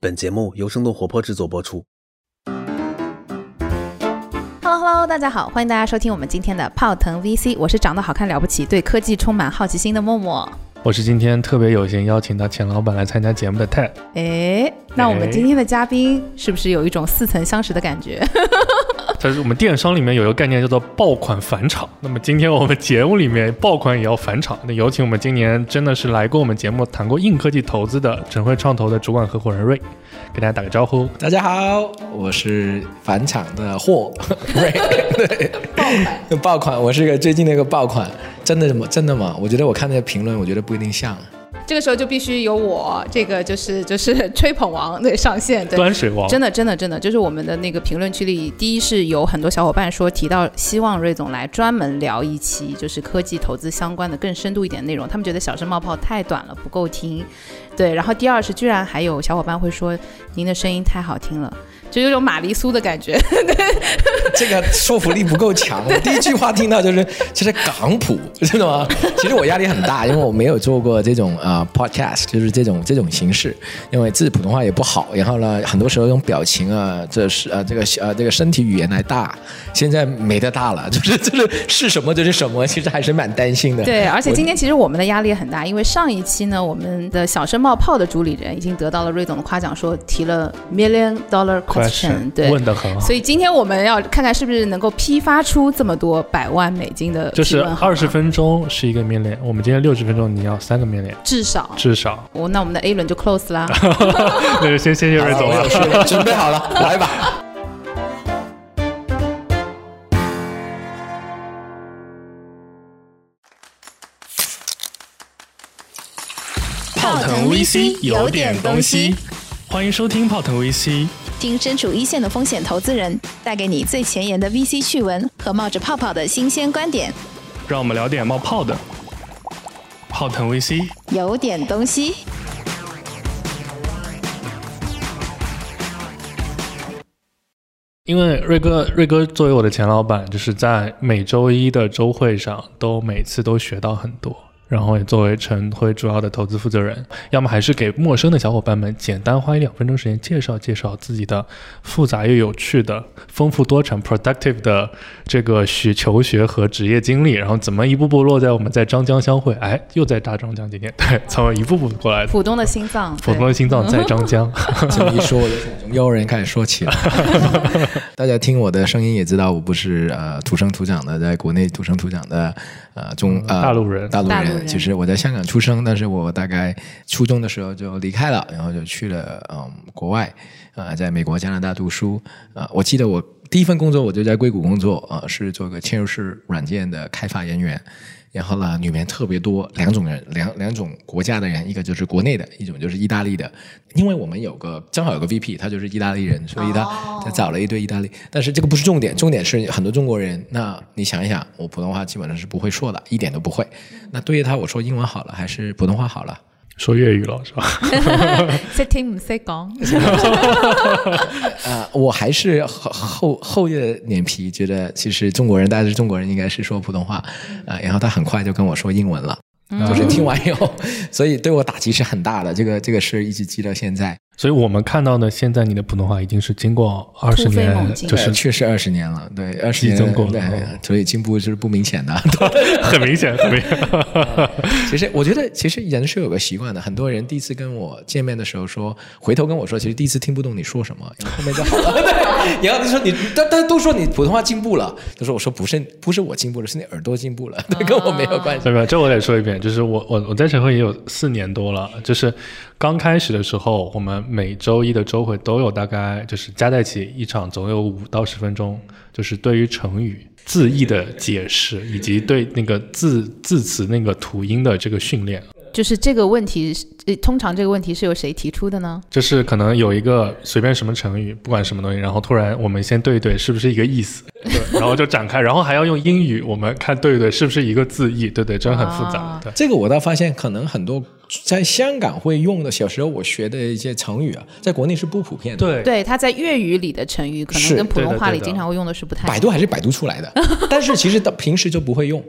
本节目由生动活泼制作播出。 Hello， 大家好，欢迎大家收听我们今天的泡腾 VC， 我是长得好看了不起，对科技充满好奇心的默默。 我是今天特别有幸邀请到钱老板来参加节目的 Ted。 那我们今天的嘉宾是不是有一种似曾相识的感觉？ 但是我们电商里面有一个概念叫做爆款返场，那么今天我们节目里面爆款也要返场，那有请我们今年真的是来过我们节目谈过硬科技投资的晨晖创投的主管合伙人瑞，给大家打个招呼。 大家好，我是返场的货瑞。对，爆款，我是个最近的一个爆款。真的吗？我觉得我看那个评论，我觉得不一定像。 这个时候就必须由我这个就是吹捧王对上线，对， 端水王， 真的就是我们的那个评论区里，第一是有很多小伙伴说提到希望瑞总来专门聊一期就是科技投资相关的更深度一点的内容，他们觉得小声冒泡太短了不够听，对，然后第二是居然还有小伙伴会说您的声音太好听了，就有种玛丽苏的感觉。 这个说服力不够强。我第一句话听到就是港普，真的吗？其实我压力很大，因为我没有做过这种podcast， 就是这种形式，因为自己普通话也不好，然后呢，很多时候用表情啊，这个身体语言来大，现在没得大了，是什么就是什么，其实还是蛮担心的。 对，而且今天其实我们的压力也很大，因为上一期呢，我们的小声冒泡的主理人已经得到了瑞总的夸奖，说提了 $1 million question， 对， 问得很好。 所以今天我们要看看是不是能够批发出这么多100万美金的提问， 就是20分钟是1个 million， 我们今天60分钟你要3个 million， 至少。 那我们的 A 轮就 close 啦。 那就先谢谢瑞总了， 准备好了，来吧。 泡腾 VC 有点东西，欢迎收听泡腾 VC， 听身处一线的风险投资人带给你最前沿的 VC 趣闻和冒着泡泡的新鲜观点， 让我们聊点冒泡的。泡腾 VC 有点东西。 因为瑞哥作为我的前老板，就是在每周一的周会上每次都学到很多，然后也作为晨晖主要的投资负责人，要么还是给陌生的小伙伴们简单花1-2分钟时间介绍自己的复杂又有趣的丰富多产 productive 的这个求学和职业经历，然后怎么一步步落在我们在张江相会，又在大张江今天，对，从一步步过来的。 浦东的心脏在张江。 这么一说，我就从幼儿园开始说起了。大家听我的声音也知道，我不是土生土长的，在国内土生土长的大陆人。其实我在香港出生，但是我大概初中的时候就离开了，然后就去了国外，在美国加拿大读书。我记得我第一份工作我就在硅谷工作，是做个嵌入式软件的开发人员。然后呢，里面特别多两种人，两种国家的人，一个就是国内的，一种就是意大利的。因为我们正好有个 VP， 他就是意大利人，所以他找了一堆意大利。但是这个不是重点，重点是很多中国人。那你想一想，我普通话基本上是不会说的，一点都不会。那对于他，我说英文好了还是普通话好了？ 说粤语了是吧？ 识聽唔識講。 我还是厚着脸皮觉得，其实大家是中国人，应该是说普通话。然后他很快就跟我说英文了。就是听完以后，所以对我打击是很大的，这个事一直记到现在。 所以我们看到的现在你的普通话已经是经过20年，就是确实20年了，对，20年过，对，所以进步是不明显的， 很明显。 其实我觉得，人是有个习惯的，很多人第一次跟我见面的时候说，回头跟我说，其实第一次听不懂你说什么，然后后面就好了。然后你说大家都说你普通话进步了，他说我说不是我进步了，是你耳朵进步了，跟我没有关系。 这我得说一遍，就是我在晨晖也有4年多了，就是刚开始的时候，我们每周一的周会都有大概就是加在一起一场总有5到10分钟，就是对于成语字义的解释，以及对那个字词那个吐音的这个训练。 就是这个问题，通常这个问题是由谁提出的呢？ 就是可能有一个随便什么成语，不管什么东西，然后突然我们先对一对是不是一个意思，对，然后就展开，然后还要用英语，我们看对一对是不是一个字义，对，真很复杂。对， 这个我倒发现，可能很多在香港会用的，小时候我学的一些成语啊，在国内是不普遍的。 对，它在粤语里的成语，可能跟普通话里经常会用的是不太。 百度还是百度出来的，但是其实平时就不会用。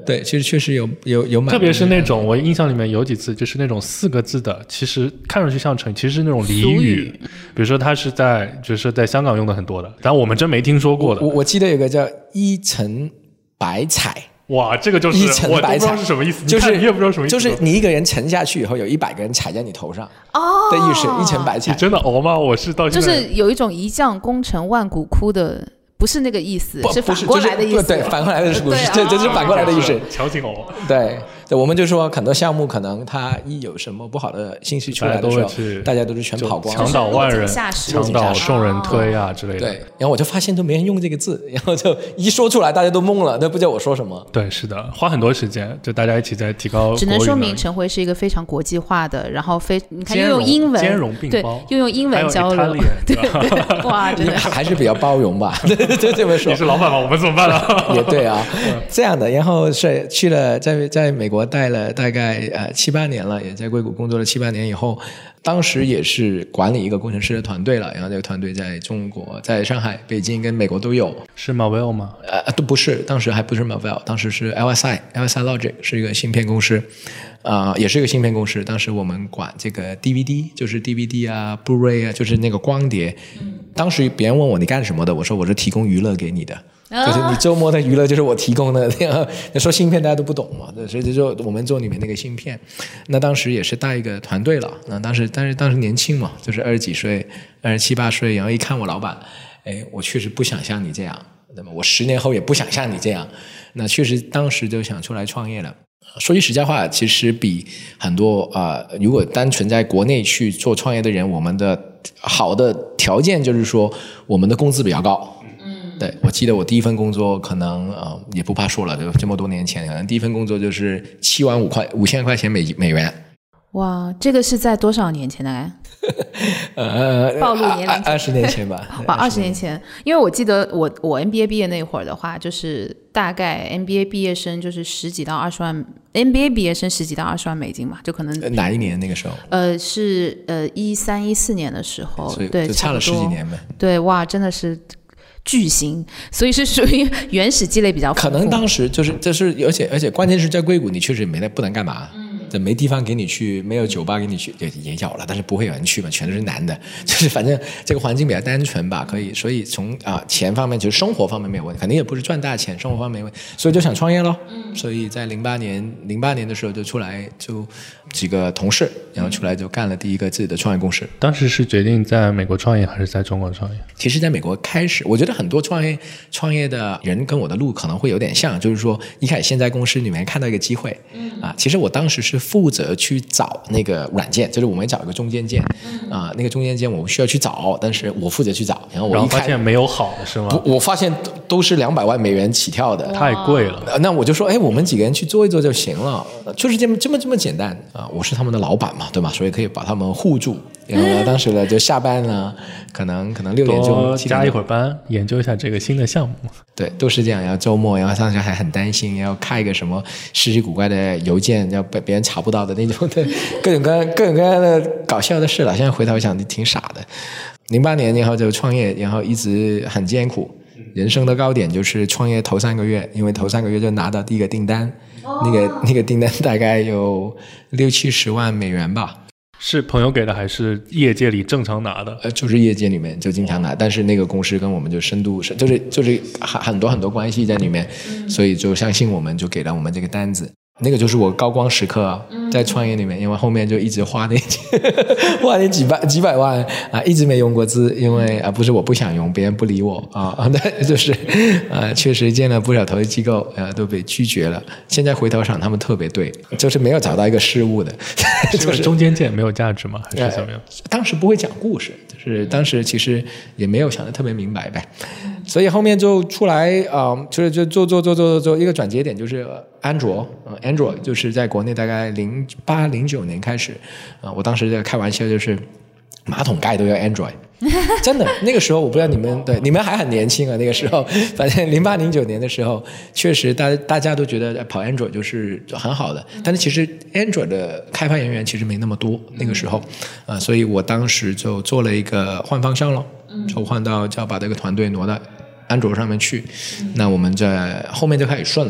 对，其实确实有蛮， 特别是那种我印象里面有几次就是那种4个字的，其实看上去像成语，其实是那种俚语，比如说它是就是在香港用的很多的，但我们真没听说过的。 我记得有个叫一城百彩。 哇，这个就是一城百彩， 我都不知道是什么意思， 就是你也不知道什么意思， 就是你一个人沉下去以后，有100个人踩在你头上的意思，一城百彩。 你真的吗？我是到现在就是有一种一将功成万骨枯的。不是那个意思，是反过来的意思。 对，反过来的故事，这是反过来的意思。 乔景偶。 对，我们就说很多项目可能它一有什么不好的信息出来的时候，大家都是全跑光， 墙倒万人，墙倒众人推啊之类的。 对，然后我就发现都没人用这个字，然后就一说出来大家都懵了，都不知道我说什么。 对，是的，花很多时间，就大家一起在提高。 只能说明陈辉是一个非常国际化的，然后你看又用英文， 兼容并包， 又用英文交流，对，哇，真的还是比较包容吧。就这么说。 你是老板吗？我们怎么办呢？ 也对啊，这样的。然后是去了在美国待了大概7、8年了，也在硅谷工作了7、8年以后，当时也是管理一个工程师的团队了。然后这个团队在中国、在上海、北京跟美国都有。 是 Marvell 吗？ 都不是，当时还不是 Marvell， 当时是 LSI Logic， 是一个芯片公司。也是一个芯片公司。当时我们管这个 DVD， 就是 DVD 啊 Blu-ray 啊，就是那个光碟。当时别人问我你干什么的，我说我是提供娱乐给你的，就是你周末的娱乐就是我提供的。你说芯片大家都不懂嘛，所以就我们做里面那个芯片。那当时也是带一个团队了，但是当时年轻嘛，就是20几岁，27、28岁，然后一看我老板，我确实不想像你这样，那么我10年后也不想像你这样，那确实当时就想出来创业了。说句实在话，其实比很多如果单纯在国内去做创业的人，我们的好的条件就是说我们的工资比较高。对，我记得我第一份工作可能也不怕说了，就这么多年前，可能第一份工作就是75000块钱美元。 哇，这个是在多少年前的？暴露年龄 ，20年前吧。 哇，20年前，因为我记得我 MBA 毕业那会儿的话，就是大概 MBA 毕业生就是10几到20万 ，MBA 毕业生10几到20万美金嘛，就可能哪一年那个时候？ 是13、14年的时候，对， 就差了10几年呗。 对，哇，真的是巨星，所以是属于原始积累比较丰富。 可能当时就是，而且关键是在硅谷，你确实不能干嘛。没地方给你去，没有酒吧给你去，也有了，但是不会有人去嘛，全都是男的，就是反正这个环境比较单纯吧，可以，所以从钱方面，就是生活方面没有问题，肯定也不是赚大钱，生活方面没问题，所以就想创业咯。所以在08年的时候就出来，就几个同事，然后出来就干了第一个自己的创业公司。 当时是决定在美国创业还是在中国创业？ 其实在美国开始，我觉得很多创业的人跟我的路可能会有点像，就是说一开始先在公司里面看到一个机会，其实我当时是负责去找那个软件，就是我们找一个中间件，那个中间件我需要去找，但是我负责去找，然后我发现没有好的是吗？ 我发现都是200万美元起跳的， 太贵了。 那我就说，我们几个人去做一做就行了，就是这么简单啊！我是他们的老板嘛，对吧？所以可以把他们护住。然后当时呢，就下班呢，可能6点钟加一会儿班，研究一下这个新的项目。 对，都是这样。然后周末，然后当时还很担心，要开一个什么稀奇古怪的邮件，要被别人查不到的那种的，各种各样的搞笑的事了。现在回头想，挺傻的。08年，然后就创业，然后一直很艰苦。人生的高点就是创业头3个月，因为头3个月就拿到第一个订单，那个订单大概有60、70万美元吧。 是朋友给的还是业界里正常拿的？ 就是业界里面就经常拿，但是那个公司跟我们就深度就是很多关系在里面，所以就相信我们，就给了我们这个单子。那个就是我高光时刻在创业里面，因为后面就一直花那几百万一直没用过资，因为不是我不想用，别人不理我那就是确实见了不少投资机构都被拒绝了。现在回头想，他们特别对，就是没有找到一个失误的。 就是中间件没有价值吗？还是怎么样？ 当时不会讲故事，就是当时其实也没有想得特别明白呗。所以后面就出来就做一个转折点，就是安卓，Android 就是在国内大概08、09年开始我当时在开玩笑，就是马桶盖都要 Android 真的，那个时候我不知道你们还很年轻啊，那个时候反正08、09年的时候，确实大家都觉得跑 Android 就是很好的，但是其实 Android 的开发人员其实没那么多那个时候所以我当时就做了一个换方向了，就换到就要把这个团队挪到安卓上面去，那我们在后面就开始顺了。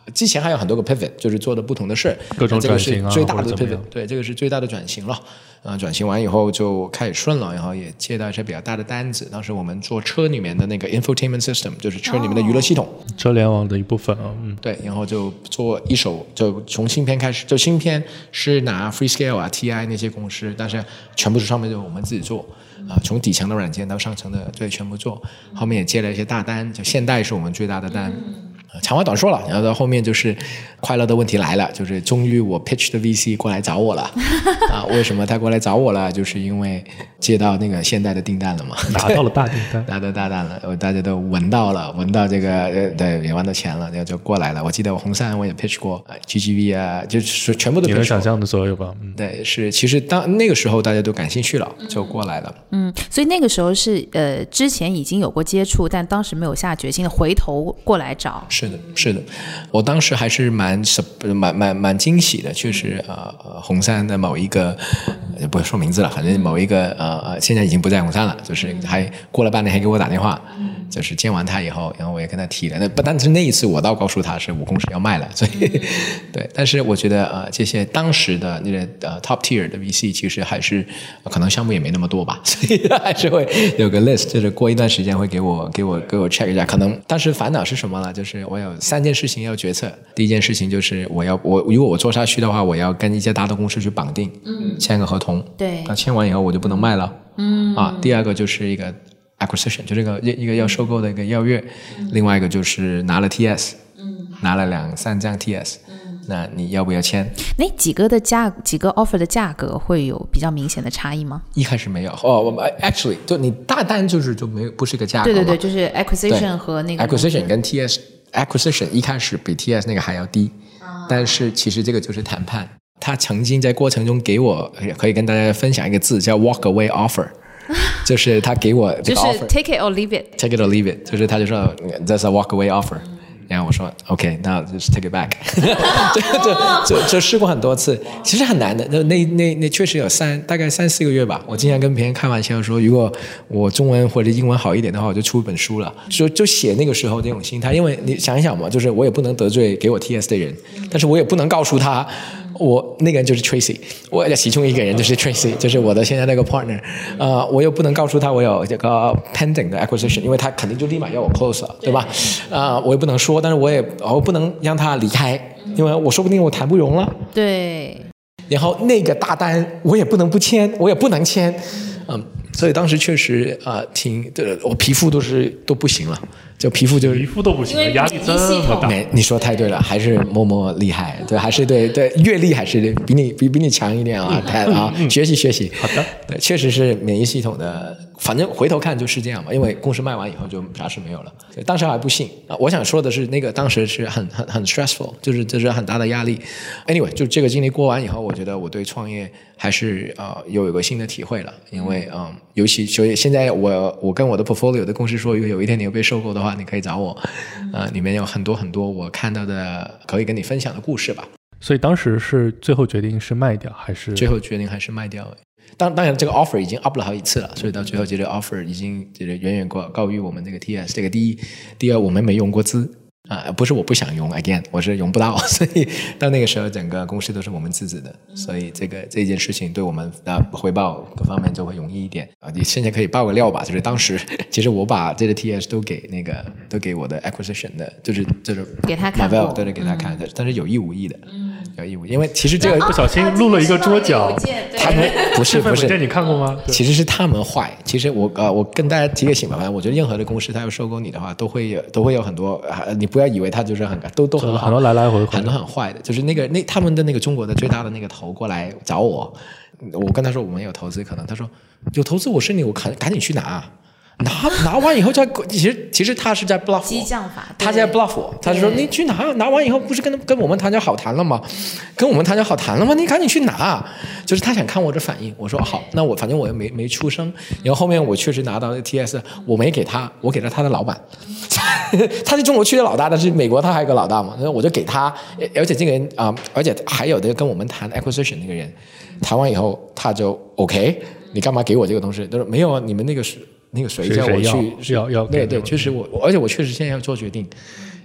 之前还有很多个 pivot， 就是做的不同的事， 各种转型啊， 这个是最大的 pivot， 对，这个是最大的转型了。转型完以后就开始顺了，然后也接到一些比较大的单子。当时我们做车里面的那个 infotainment system， 就是车里面的娱乐系统， 车联网的一部分啊。 对，然后就做一手，就从芯片开始，就芯片是拿 Freescale 啊、TI 那些公司，但是全部是上面就我们自己做。从底层的软件到上层的，对，全部做。后面也接了一些大单，就现代是我们最大的单。长话短说了，然后到后面就是快乐的问题来了，就是终于我 pitch 的 VC 过来找我了为什么他过来找我了？就是因为接到那个现代的订单了嘛， 拿到了大订单， 拿到大单了，大家都闻到这个对，也闻到钱了，然后就过来了。我记得红杉我也 pitch 过 GGV 啊，就是全部都 pitch 过， 你能想象的所有吧？ 对，是其实那个时候大家都感兴趣了，就过来了。 所以那个时候是之前已经有过接触，但当时没有下决心的，回头过来找。 是的，我当时还是蛮惊喜的，确实红杉的某一个不说名字了，反正某一个现在已经不在红杉了，就是还过了半年还给我打电话，就是见完他以后，然后我也跟他提了，但是那一次我倒告诉他是5公尺要卖了，所以对，但是我觉得这些当时的那个top tier 的 VC 其实还是可能项目也没那么多吧，所以还是会有个 list， 就是过一段时间会给我 check 一下。可能当时烦恼是什么了？就是我有3件事情要决策。第一件事情就是如果我做下去的话，我要跟一家大的公司去绑定，签个合同。 对， 那签完以后我就不能卖了。第二个就是一个 acquisition， 就这个一个要收购的一个要约。另外一个就是拿了 TS，拿了2-3张 TS。那你要不要签？ 那几个 offer 的价格会有比较明显的差异吗？ 一开始没有actually 就你大单就没有，不是一个价格。 对，就是 acquisition 和那个 acquisition 跟 TS acquisition 一开始比 TS 那个还要低，但是其实这个就是谈判。他曾经在过程中给我，可以跟大家分享一个字叫 walk away offer。就是他给我这个 offer， 就是 take it or leave it， 就是他就说 that's a walk away offer。然后我说 OK， 那就是 take it back 就试过很多次，其实很难的。那确实有大概3-4个月吧。我经常跟别人开玩笑说，如果我中文或者英文好一点的话，我就出一本书了。就写那个时候那种心态，因为你想一想嘛，就是我也不能得罪给我 TS 的人，但是我也不能告诉他。我那个人就是 Tracy， 我其中一个人就是 Tracy， 就是我的现在那个 partner， 我又不能告诉他我有这个 pending 的 acquisition， 因为他肯定就立马要我 close 了，对吧？我也不能说，但是我不能让他离开，因为我说不定我谈不拢了。 对。 然后那个大单我也不能不签，我也不能签，所以当时确实我皮肤都不行了。就皮肤都不行了，压力这么大。 你说太对了，还是默厉害，对，还是对，阅历还是比你强一点啊，学习。 好的， 对，确实是免疫系统的，反正回头看就是这样嘛，因为公司卖完以后就啥事没有了，当时还不信啊。我想说的是，那个当时是很 stressful， 就是很大的压力。Anyway， 就这个经历过完以后，我觉得我对创业还是有一个新的体会了，因为尤其所以现在我跟我的 portfolio 的公司说，有一天你要被收购的话，你可以找我，里面有很多我看到的可以跟你分享的故事吧。 所以当时是最后决定是卖掉还是？ 最后决定还是卖掉。当然这个 offer 已经 up 了好几次了，所以到最后这个 offer 已经远远高于我们这个 TS。这个第二我们没用过资。不是我不想用 again， 我是用不到，所以到那个时候整个公司都是我们自己的，所以这件事情对我们回报各方面就会容易一点你现在可以爆个料吧，就是当时其实我把这个 TS 都给我的 acquisition 的，就是给他看过， 对给他看的，但是有意无意的，有意无意，因为其实这个不小心录了一个桌角， 他们不是你看过吗？ 其实是他们坏。其实我跟大家提个醒吧，反正我觉得任何的公司他要收购你的话，都会有很多你不要以为他就是都很好， 很多来来回回， 很多很坏的，就是他们的那个中国的最大的那个头过来找我跟他说我们有投资，可能他说有投资我是你，我赶紧去拿完以后其实他是在 bluff 我， 激将法， 他在 bluff 我，他就说你去拿完以后不是跟我们谈就好谈了吗？你赶紧去拿，就是他想看我的反应。我说好，那我反正我也没出声。然后后面我确实拿到 TS， 我没给他，我给了他的老板。他是中国区的老大，但是美国他还有个老大嘛，我就给他。而且这个人而且还有的跟我们谈 acquisition 那个人，谈完以后他就 OK， 你干嘛给我这个东西？他说没有啊，你们那个谁叫我去要对，确实而且我确实现在要做决定，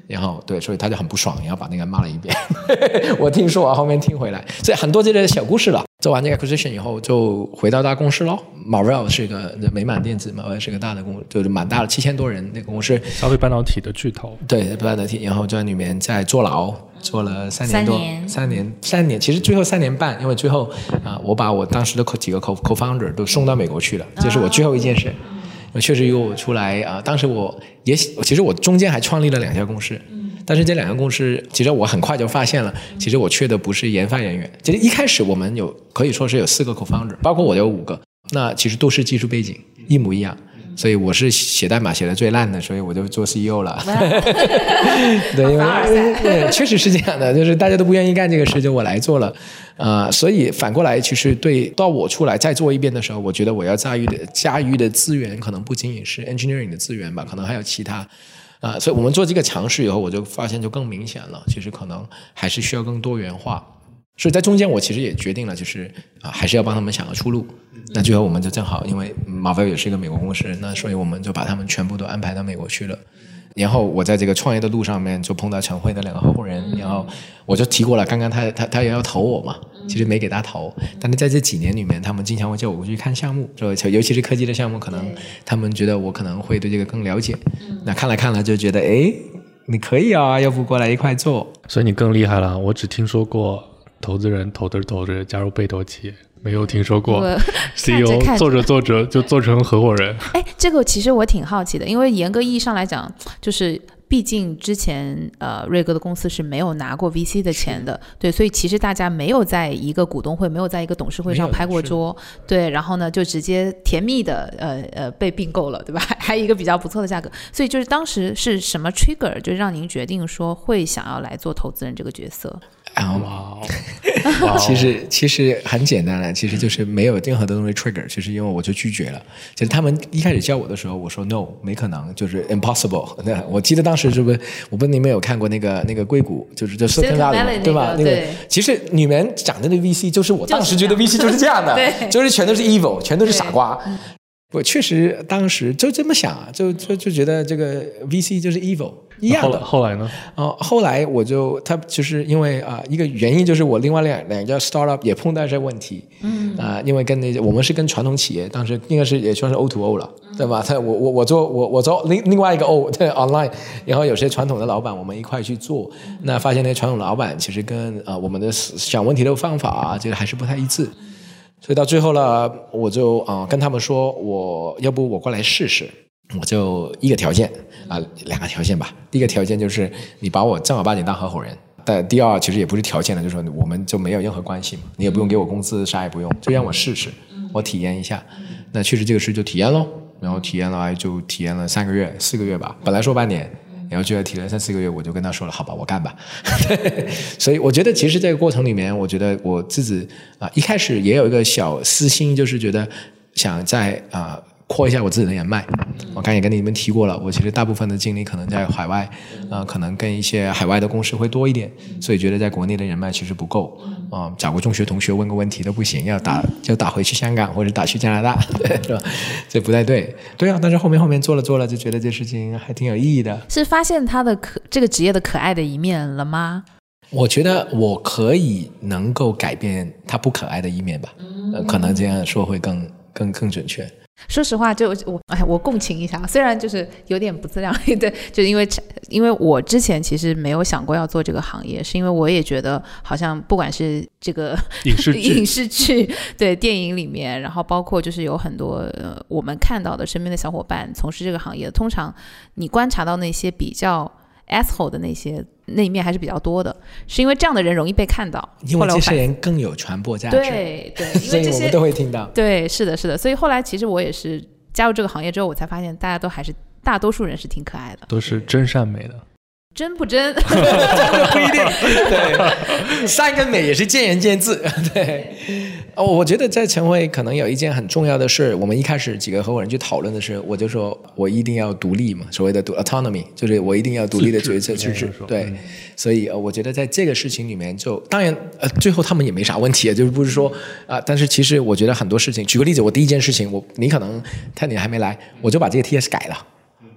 然后对，所以他就很不爽，然后把那个骂了一遍。我听说啊，后面听回来，所以很多这类小故事了。做完这个 acquisition 以后，就回到大公司咯。Marvell 是一个美满电子 ，Marvell 是个大的公司，就是蛮大的，7000多人那个公司， 消费半导体的巨头。 对，半导体，然后在里面在坐牢，做了3年，其实最后3年半，因为最后我把我当时的几个 co-founder 都送到美国去了，这是我最后一件事。确实由我出来当时其实我中间还创立了2家公司。但是这2个公司，其实我很快就发现了，其实我缺的不是研发人员。其实一开始我们可以说是有4个 co-founder， 包括我有5个，那其实都是技术背景，一模一样。所以我是写代码写的最烂的，所以我就做 CEO 了。对，因为确实是这样的，就是大家都不愿意干这个事，就我来做了。所以反过来，其实到我出来再做一遍的时候，我觉得我要驾驭的资源可能不仅仅是 engineering 的资源吧，可能还有其他。所以我们做这个尝试以后，我就发现就更明显了，其实可能还是需要更多元化。所以在中间我其实也决定了，就是还是要帮他们想个出路。那最后我们就正好，因为 Marvell 也是一个美国公司，那所以我们就把他们全部都安排到美国去了。然后我在这个创业的路上面就碰到晨晖的2个合伙人，然后我就提过了，刚刚他也要投我嘛，其实没给他投，但是在这几年里面，他们经常会叫我过去看项目，尤其是科技的项目，可能他们觉得我可能会对这个更了解，那看了就觉得你可以啊，要不过来一块做。 所以你更厉害了，我只听说过投资人投着加入被投企业，没有听说过 CEO 做着就做成合伙人。 这个其实我挺好奇的，因为严格意义上来讲，就是毕竟之前瑞哥的公司是没有拿过 VC 的钱的，对，所以其实大家没有在一个股东会，没有在一个董事会上拍过桌，对，然后呢就直接甜蜜的被并购了，对吧？还有一个比较不错的价格，所以就是当时是什么 trigger 就让您决定说会想要来做投资人这个角色？ 其实很简单了，其实就是没有任何的东西 trigger， 其实因为我就拒绝了。其实他们一开始叫我的时候，我说 no， 没可能，就是 impossible。我记得当时我不知道你们有看过那个硅谷，就是这 Silicon Valley 对吧？其实你们讲的那个 VC， 就是我当时觉得 VC 就是这样的，就是全都是 evil， 全都是傻瓜。我确实当时就这么想，就觉得这个 VC 就是 evil 一样的。 后来呢？ 后来他就是因为一个原因就是我另外两家 startup 也碰到这问题，因为我们是跟传统企业，当时应该是也算是 O2O 了，对吧？我做另外一个 O 对 online， 然后有些传统的老板我们一块去做，那发现那传统老板其实跟我们的想问题的方法这个还是不太一致。所以到最后了，我就跟他们说，要不我过来试试。我就一个条件2个条件吧。第一个条件就是你把我正儿八经当合伙人，但第二其实也不是条件了，就是说我们就没有任何关系嘛，你也不用给我工资，啥也不用，就让我试试，我体验一下。那确实这个事就体验咯，然后体验了3个月4个月吧，本来说半年。然后就要体验3-4个月，我就跟他说了，好吧，我干吧。所以我觉得其实这个过程里面，我觉得我自己一开始也有一个小私心，就是觉得想再扩一下我自己的人脉。我刚才也跟你们提过了，我其实大部分的精力可能在海外，可能跟一些海外的公司会多一点，所以觉得在国内的人脉其实不够。找个中学同学问个问题都不行，要打回去香港或者打去加拿大，对，是吧？这不太对。对啊，但是后面做了就觉得这事情还挺有意义的。 是发现他的这个职业的可爱的一面了吗？ 我觉得我可以能够改变他不可爱的一面吧，可能这样说会更准确。 说实话，就我共情一下，虽然就是有点不自量力，对，就是因为我之前其实没有想过要做这个行业，是因为我也觉得好像不管是这个影视剧对电影里面，然后包括就是有很多我们看到的身边的小伙伴从事这个行业，通常你观察到那些比较 asshole 的那一面还是比较多的，是因为这样的人容易被看到， 因为这些人更有传播价值。 对，因为这些所以我们都会听到。 对，是的，所以后来其实我也是加入这个行业之后，我才发现大多数人是挺可爱的， 都是真善美的。 真不真不一定，对，善跟美也是见仁见智，对。我觉得在晨晖可能有一件很重要的事，我们一开始几个合伙人去讨论的是，我就说我一定要独立嘛，所谓的 autonomy， 就是我一定要独立的决策自治，对。所以我觉得在这个事情里面当然最后他们也没啥问题，就是不是说但是其实我觉得很多事情，举个例子，我第一件事情你可能看你还没来，我就把这个 TS 改了。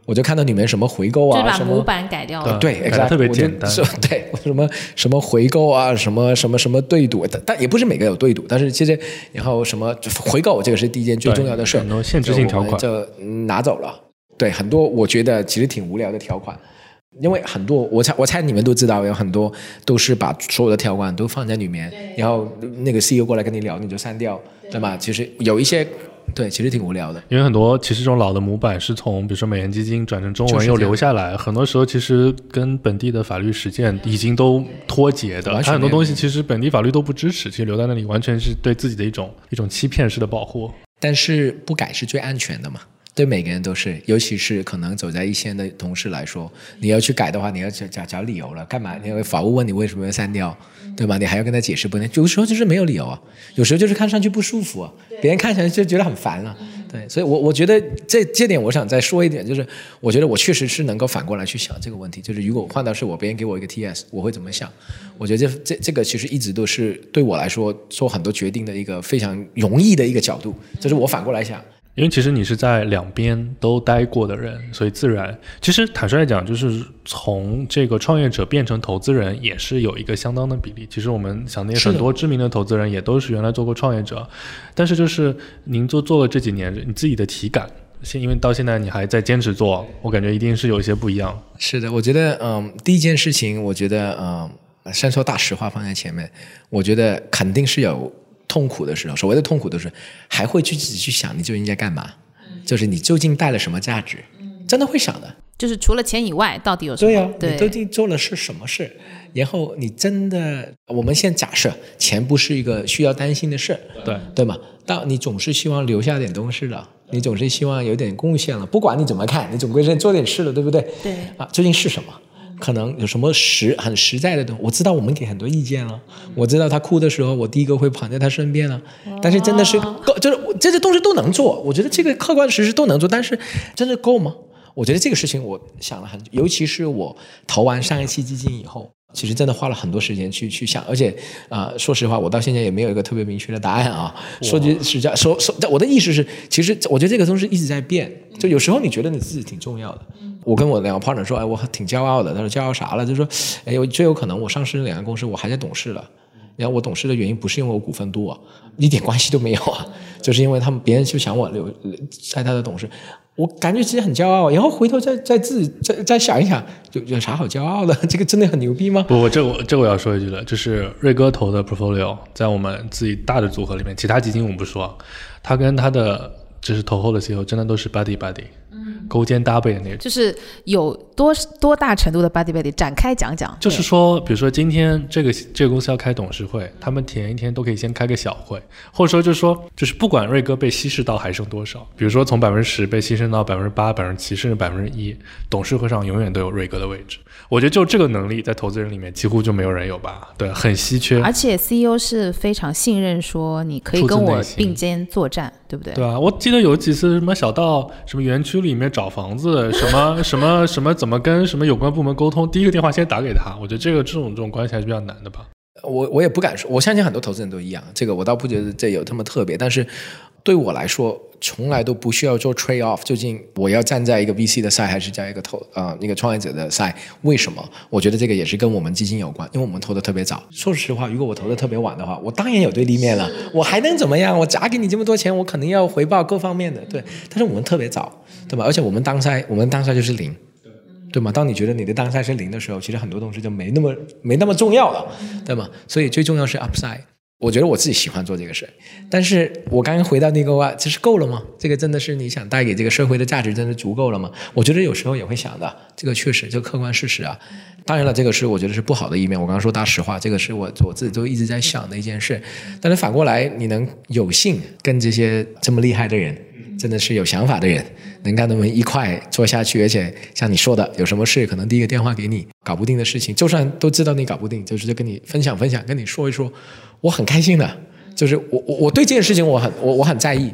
我就看到里面什么回购啊， 就是把模板改掉了， 对， 改得特别简单， 对，什么回购啊，什么对赌，但也不是每个有对赌，但是其实然后什么回购，这个是第一件最重要的事， 很多限制性条款就拿走了。对，很多我觉得其实挺无聊的条款，因为很多我猜你们都知道，有很多都是把所有的条款都放在里面，然后那个 CEO 过来跟你聊，你就删掉，对吧？其实有一些。对，其实挺无聊的， 因为很多其实这种老的模板是从比如说美元基金转成中文又留下来，很多时候其实跟本地的法律实践已经都脱节的，它很多东西其实本地法律都不支持，其实留在那里完全是对自己的一种欺骗式的保护。 但是不改是最安全的嘛，对每个人都是，尤其是可能走在一线的同事来说，你要去改的话，你要找理由了，干嘛？因为法务问你为什么要删掉，对吧？你还要跟他解释不能，有时候就是没有理由啊，有时候就是看上去不舒服啊，别人看起来就觉得很烦了。对，所以我觉得这点我想再说一点，就是我觉得我确实是能够反过来去想这个问题，就是如果换到是我，别人给我一个 TS， 我会怎么想？我觉得这个其实一直都是对我来说做很多决定的一个非常容易的一个角度，就是我反过来想。 因为其实你是在两边都待过的人，所以自然其实坦率来讲，就是从这个创业者变成投资人也是有一个相当的比例。其实我们想那些很多知名的投资人也都是原来做过创业者，但是就是您做了这几年，你自己的体感，因为到现在你还在坚持做，我感觉一定是有一些不一样。 是的，我觉得第一件事情，我觉得先说大实话放在前面，我觉得肯定是有痛苦的时候，所谓的痛苦的是还会自己去想你就应该干嘛，就是你究竟带了什么价值，真的会想的， 就是除了钱以外到底有什么。 对啊，你究竟做了是什么事，然后你真的，我们先假设钱不是一个需要担心的事，对吗？但你总是希望留下点东西了，你总是希望有点贡献了，不管你怎么看，你总归是做点事了，对不对？ 对啊，究竟是什么？可能有什么很实在的东西，我知道我们给很多意见了，我知道他哭的时候我第一个会跑在他身边了，但是真的是就是这些东西都能做，我觉得这个客观事实都能做，但是真的够吗？我觉得这个事情我想了很久，尤其是我投完上一期基金以后，其实真的花了很多时间去想，而且说实话，我到现在也没有一个特别明确的答案啊。说句实在说，我的意思是，其实我觉得这个东西一直在变，就有时候你觉得你自己挺重要的。我跟我两个 partner 说，我挺骄傲的。他说骄傲啥了？就说，最有可能我上市两个公司我还在董事了。然后我董事的原因不是因为我股份多啊，一点关系都没有啊，就是因为别人就想我留在他的董事，我感觉自己很骄傲。然后回头再想一想，就有啥好骄傲的？这个真的很牛逼吗？ 不，这我要说一句了，就是瑞哥投的 portfolio 在我们自己大的组合里面，其他基金我们不说，他跟他的就是投后的 CEO 真的都是 buddy，勾肩搭背的那种。 就是有多大程度的 buddy 展开讲讲。 就是说比如说今天这个公司要开董事会，他们前一天都可以先开个小会，或者说就是不管瑞哥被稀释到还剩多少，比如说从 10% 被牺牲到 8%、7%甚至 1%， 董事会上永远都有瑞哥的位置。我觉得就这个能力在投资人里面几乎就没有人有吧，对，很稀缺。 而且 CEO 是非常信任说你可以跟我并肩作战，对不对？ 对啊，我记得有几次什么小到什么园区里面找房子，什么怎么跟什么有关部门沟通，第一个电话先打给他。我觉得这种关系还是比较难的吧。 我也不敢说，我相信很多投资人都一样，这个我倒不觉得这有这么特别，但是对我来说从来都不需要做 trade off， 究竟我要站在一个 VC 的 side 还是在一个创业者的 side， 为什么？我觉得这个也是跟我们基金有关，因为我们投的特别早。说实话，如果我投的特别晚的话，我当然有对立面了，我还能怎么样？我砸给你这么多钱，我肯定要回报各方面的，对。但是我们特别早，对吧？而且我们当下就是0。对吗？当你觉得你的当下是0的时候，其实很多东西就没那么重要了，对吗？所以最重要是 upside。我觉得我自己喜欢做这个事，但是我刚刚回到那个话，这是够了吗？这个真的是你想带给这个社会的价值真的足够了吗？我觉得有时候也会想的，这个确实这个客观事实啊。当然了，这个是我觉得是不好的一面，我刚刚说大实话，这个是我自己都一直在想的一件事。但是反过来，你能有幸跟这些这么厉害的人，真的是有想法的人，能跟他们一块做下去，而且像你说的，有什么事可能第一个电话给你，搞不定的事情，就算都知道你搞不定，就跟你分享，跟你说一说，我很开心的。就是我对这件事情我很在意。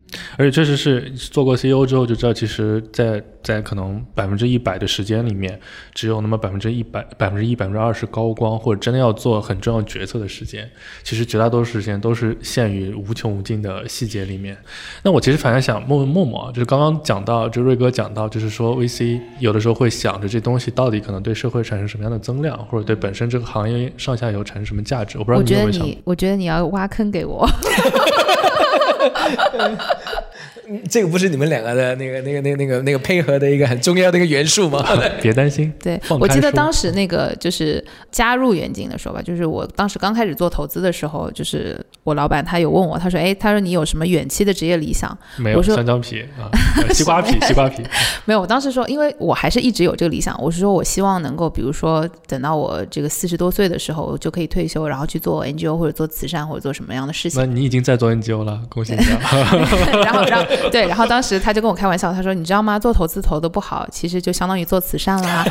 而且确实是做过 CEO 之后就知道，其实在可能100%的时间里面，只有那么1%、20%高光，或者真的要做很重要决策的时间，其实绝大多数时间都是限于无穷无尽的细节里面。那我其实反而想问问默默，就是刚刚讲到，就瑞哥讲到，就是说 VC 有的时候会想着这东西到底可能对社会产生什么样的增量，或者对本身这个行业上下游产生什么价值。我不知道你有没有想过。 我觉得你要挖坑给我。 这个不是你们两个的那个配合的一个很重要的一个元素吗？ 别担心。 对，我记得当时那个就是加入远景的时候吧，就是我当时刚开始做投资的时候，就是我老板他有问我，他说你有什么远期的职业理想？ 没有，我说香蕉皮啊，西瓜皮。 没有，我当时说，因为我还是一直有这个理想，我是说我希望能够，比如说等到我这个40多岁的时候就可以退休，然后去做 NGO 或者做慈善或者做什么样的事情。 那你已经在做 NGO 了，恭喜你啊！ 然后当时他就跟我开玩笑，他说你知道吗，做投资投的不好，其实就相当于做慈善啦。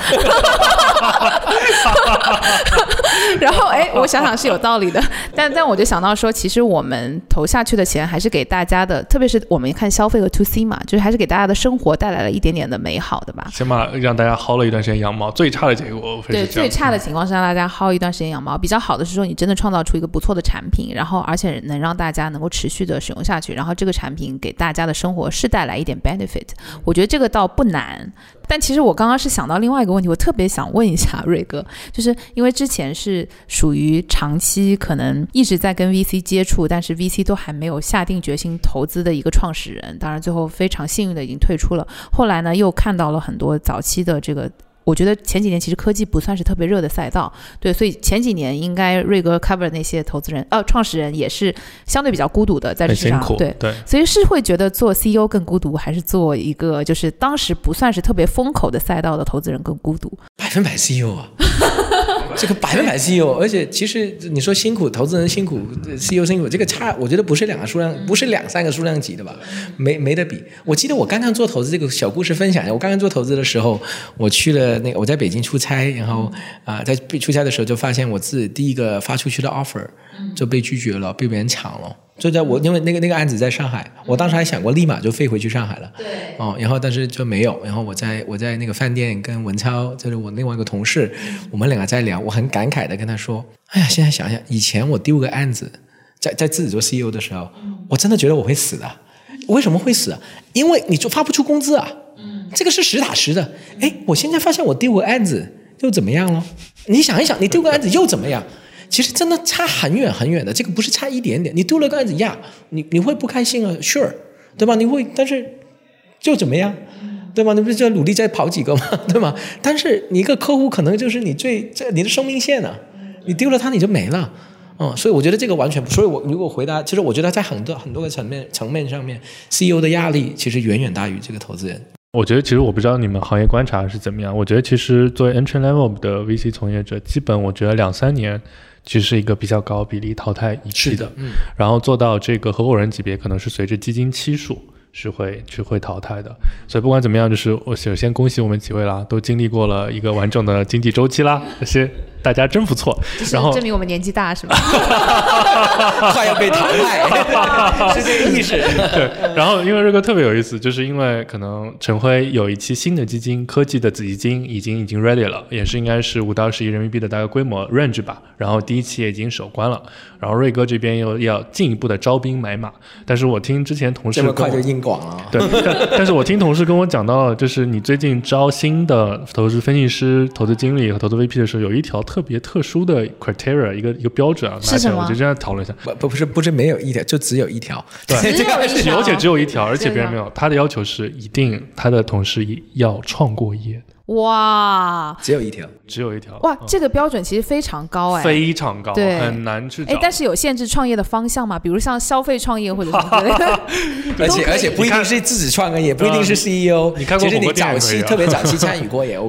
然后我想想是有道理的，但我就想到说，其实我们投下去的钱还是给大家的，特别是我们看消费和 to C 嘛，就是还是给大家的生活带来了一点点的美好的吧。 起码让大家薅了一段时间羊毛，最差的结果对，最差的情况是让大家薅一段时间羊毛，比较好的是说你真的创造出一个不错的产品，然后而且能让大家能够持续的使用下去，然后这个产品给大家的生活是带来一点 benefit， 我觉得这个倒不难。但其实我刚刚是想到另外一个问题，我特别想问一下瑞哥，就是因为之前是属于长期可能一直在跟 VC 接触，但是 VC 都还没有下定决心投资的一个创始人，当然最后非常幸运的已经退出了，后来呢又看到了很多早期的这个，我觉得前几年其实科技不算是特别热的赛道，对，所以前几年应该瑞哥 cover 那些投资人创始人也是相对比较孤独的在这市场，对，所以是会觉得做 CEO 更孤独，还是做一个就是当时不算是特别风口的赛道的投资人更孤独 ？100% CEO 啊。这个100% CEO， 而且其实你说辛苦，投资人辛苦 ，CEO 辛苦，这个差，我觉得不是两个数量，不是2-3个数量级的吧，没得比。我记得我刚刚做投资这个小故事分享一下，我刚刚做投资的时候，我去了我在北京出差，然后在出差的时候就发现我自己第一个发出去的 offer 就被拒绝了，被别人抢了。就在我因为那个案子在上海，我当时还想过立马就飞回去上海了，对，然后但是就没有。然后我在那个饭店跟文超，就是我另外一个同事，我们两个在聊，我很感慨的跟他说：“哎呀，现在想想，以前我丢个案子，在自己做 CEO 的时候，我真的觉得我会死的。为什么会死啊？因为你就发不出工资啊，这个是实打实的。我现在发现我丢个案子又怎么样了？你想一想，你丢个案子又怎么样？”其实真的差很远很远的，这个不是差一点点。你丢了个案子呀，你会不开心啊 ？Sure， 对吧？你会，但是就怎么样，对吧？你不是就要努力再跑几个吗？对吗？但是你一个客户可能就是你的生命线啊，你丢了它你就没了。所以我觉得这个完全，所以我如果回答，其实我觉得在很多个层面上面 ，CEO 的压力其实远远大于这个投资人。 我觉得其实我不知道你们行业观察是怎么样，我觉得其实作为 entry level 的 VC 从业者，基本我觉得2-3年其实是一个比较高比例淘汰一期的，然后做到这个合伙人级别，可能是随着基金期数是会淘汰的。所以不管怎么样，就是我首先恭喜我们几位啦，都经历过了一个完整的经济周期啦，这些大家真不错。然后证明我们年纪大是吧？ 快要被淘汰，是这个意识。 对，然后因为这个特别有意思，就是因为可能陈辉有一期新的基金，科技的子基金已经 ready 了，也是应该是5到10亿人民币的大概规模 range 吧。然后第一期也已经守关了，然后瑞哥这边又要进一步的招兵买马。但是我听之前同事这么快就硬广了， 对，但是我听同事跟我讲到了，就是你最近招新的投资分析师、投资经理和投资 VP 的时候，有一条特别特殊的 criteria， 一个标准啊， 是什么？ 我就这样讨论一下。 不是没有一条，就只有一条。 对，而且只有一条，而且别人没有。他的要求是一定他的同事要创过业。 哇， 只有一条哇，这个标准其实非常高非常高， 对， 很难去找。 但是有限制创业的方向吗？比如像消费创业或者什么之类的。 而且不一定是自己创业，也不一定是 CEO。 你看过其实你特别早期参与过也 OK。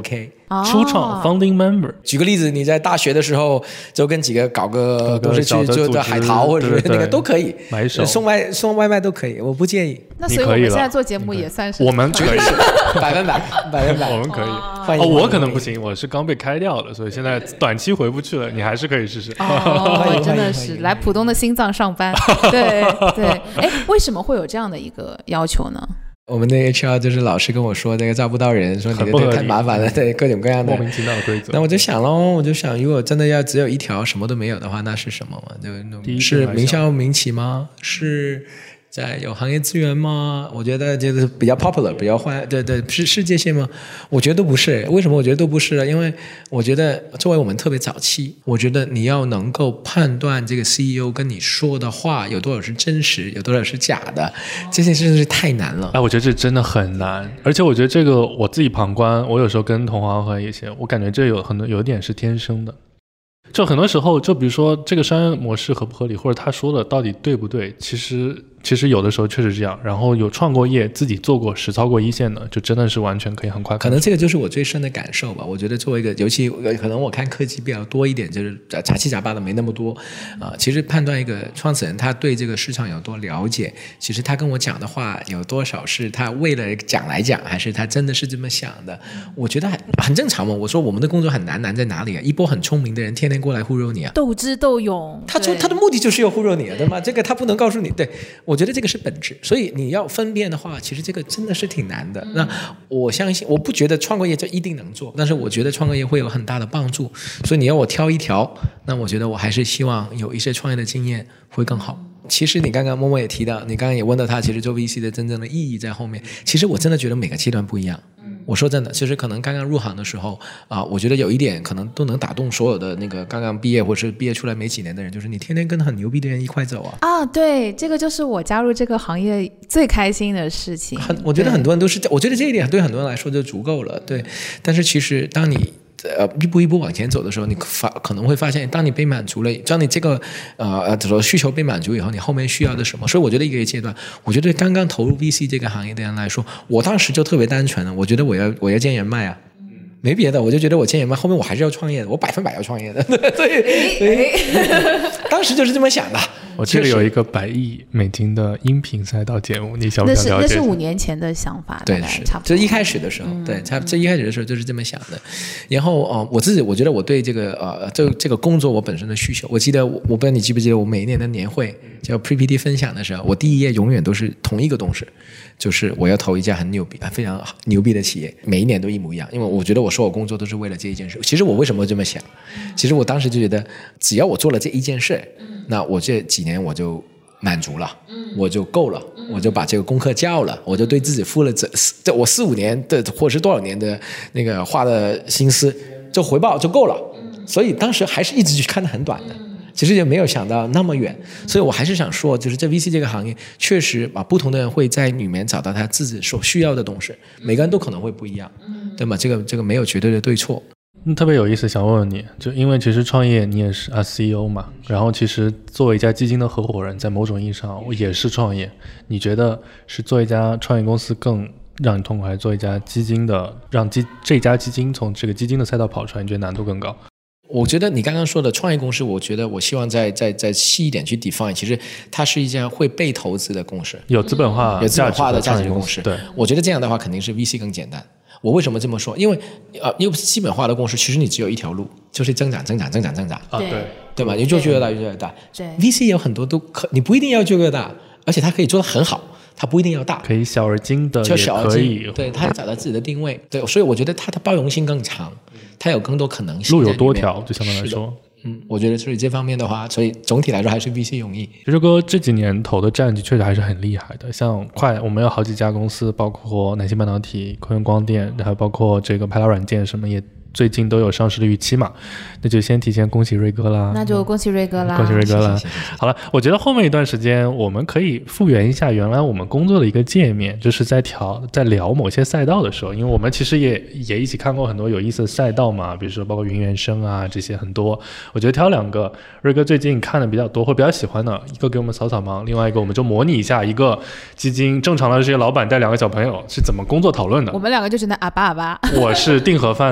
初创 founding member。 举个例子，你在大学的时候就跟几个搞个都是去做的海淘或者是那个都可以， 买手送外卖都可以，我不介意。 那所以我们现在做节目也算是我们可以 100% 我们可以。我可能不行，我是刚被开掉的，所以现在短期回不去了。你还是可以试试。 真的是来浦东的心脏上班。对对，哎，为什么会有这样的一个要求呢？ 我们的 HR 就是老是跟我说那个招不到人，说你这个太麻烦了，对各种各样的莫名其妙的规则。 那我就想如果真的要只有一条什么都没有的话，那是什么嘛？是名校名企吗？是在有行业资源吗？我觉得就是比较 popular 比较坏，对，是世界性吗？我觉得都不是。为什么我觉得都不是？因为我觉得作为我们特别早期，我觉得你要能够判断这个 CEO 跟你说的话有多少是真实，有多少是假的，这件事情是太难了。 我觉得这真的很难，而且我觉得这个我自己旁观，我有时候跟同行和一些，我感觉这有点是天生的。就很多时候，就比如说这个商业模式合不合理，或者他说的到底对不对，其实有的时候确实这样。然后有创过业，自己做过实操过一线的，就真的是完全可以很快。 可能这个就是我最深的感受吧。我觉得作为一个，尤其可能我看科技比较多一点，就是杂七杂八的没那么多其实判断一个创始人他对这个市场有多了解，其实他跟我讲的话有多少是他为了讲来讲，还是他真的是这么想的。我觉得很正常嘛。我说我们的工作很难在哪里啊？一波很聪明的人天天过来忽悠你啊， 斗智斗勇，他的目的就是要忽悠你对吗？这个他不能告诉你。对，我觉得这个是本质，所以你要分辨的话，其实这个真的是挺难的。那我相信，我不觉得创过业就一定能做，但是我觉得创过业会有很大的帮助。所以你要我挑一条，那我觉得我还是希望有一些创业的经验会更好。其实你刚刚默默也提到，你刚刚也问到他，其实做 VC 的真正的意义在后面。其实我真的觉得每个阶段不一样。我说真的，其实可能刚刚入行的时候我觉得有一点可能都能打动所有的那个刚刚毕业或是毕业出来没几年的人，就是你天天跟很牛逼的人一块走对，这个就是我加入这个行业最开心的事情。 我觉得很多人都是，我觉得这一点对很多人来说就足够了。对，但是其实当你一步一步往前走的时候，你可能会发现，当你被满足了，当你这个需求被满足以后，你后面需要的什么？所以我觉得一个阶段，我觉得刚刚投入 VC 这个行业的人来说，我当时就特别单纯了，我觉得我要建人脉没别的，我就觉得我建人脉，后面我还是要创业的，我100%要创业的。对，当时就是这么想的。 我记得有一个100亿美金的音频赛道节目，你想不想了解？ 那是5年前的想法， 对，是差不多。这一开始的时候，对，这一开始的时候就是这么想的。然后我觉得我对这个这个工作我本身的需求，我记得我不知道你记不记得，我每一年的年会叫 PPT 分享的时候，我第一页永远都是同一个东西，就是我要投一家非常牛逼的企业，每一年都一模一样，因为我觉得我说我工作都是为了这一件事。其实我为什么会这么想？其实我当时就觉得，只要我做了这一件事，那我这几年我就满足了，我就够了，我就把这个功课交了，我就对自己负了这我4-5年的或者是多少年的那个花的心思，就回报就够了。所以当时还是一直去看得很短的。其实也没有想到那么远，所以我还是想说，就是这 VC 这个行业确实不同的人会在里面找到他自己所需要的东西，每个人都可能会不一样，对吗？这个没有绝对的对错。 特别有意思，想问问你，就因为其实创业你也是CEO 嘛，然后其实作为一家基金的合伙人，在某种意义上也是创业。你觉得是做一家创业公司更让你痛苦，还是做一家基金的让这家基金从这个基金的赛道跑出来，你觉得难度更高？ 我觉得你刚刚说的创业公司，我觉得我希望再细一点去 define， 其实它是一家会被投资的公司， 有资本化的价值公司。 对， 我觉得这样的话肯定是 VC 更简单。我为什么这么说？因为基本化的公司，其实你只有一条路，就是增长对吧？你就越大越大。对 ，VC 有很多你不一定要越大，而且它可以做得很好。它不一定要大， 可以小而精的，也可以。 对，它找到自己的定位。对，所以我觉得它的包容性更长，它有更多可能性。 路有多条，就相对来说， 我觉得所以这方面的话，所以总体来说还是 VC 容易。 其实哥这几年投的战绩确实还是很厉害的，像我们有好几家公司，包括南星半导体、科源光电，还有包括这个派拉软件什么也。最近都有上市的预期嘛，那就先提前恭喜瑞哥啦。 那就恭喜瑞哥啦， 恭喜瑞哥啦。 谢谢。 好了，我觉得后面一段时间我们可以复原一下原来我们工作的一个界面，就是在聊某些赛道的时候，因为我们其实也一起看过很多有意思的赛道嘛，比如说包括云原生啊这些很多。我觉得挑2个，瑞哥最近看的比较多或比较喜欢的，一个给我们扫盲，另外一个我们就模拟一下一个基金正常的这些老板带2个小朋友是怎么工作讨论的。 我们2个就只能阿巴。 我是订盒饭的，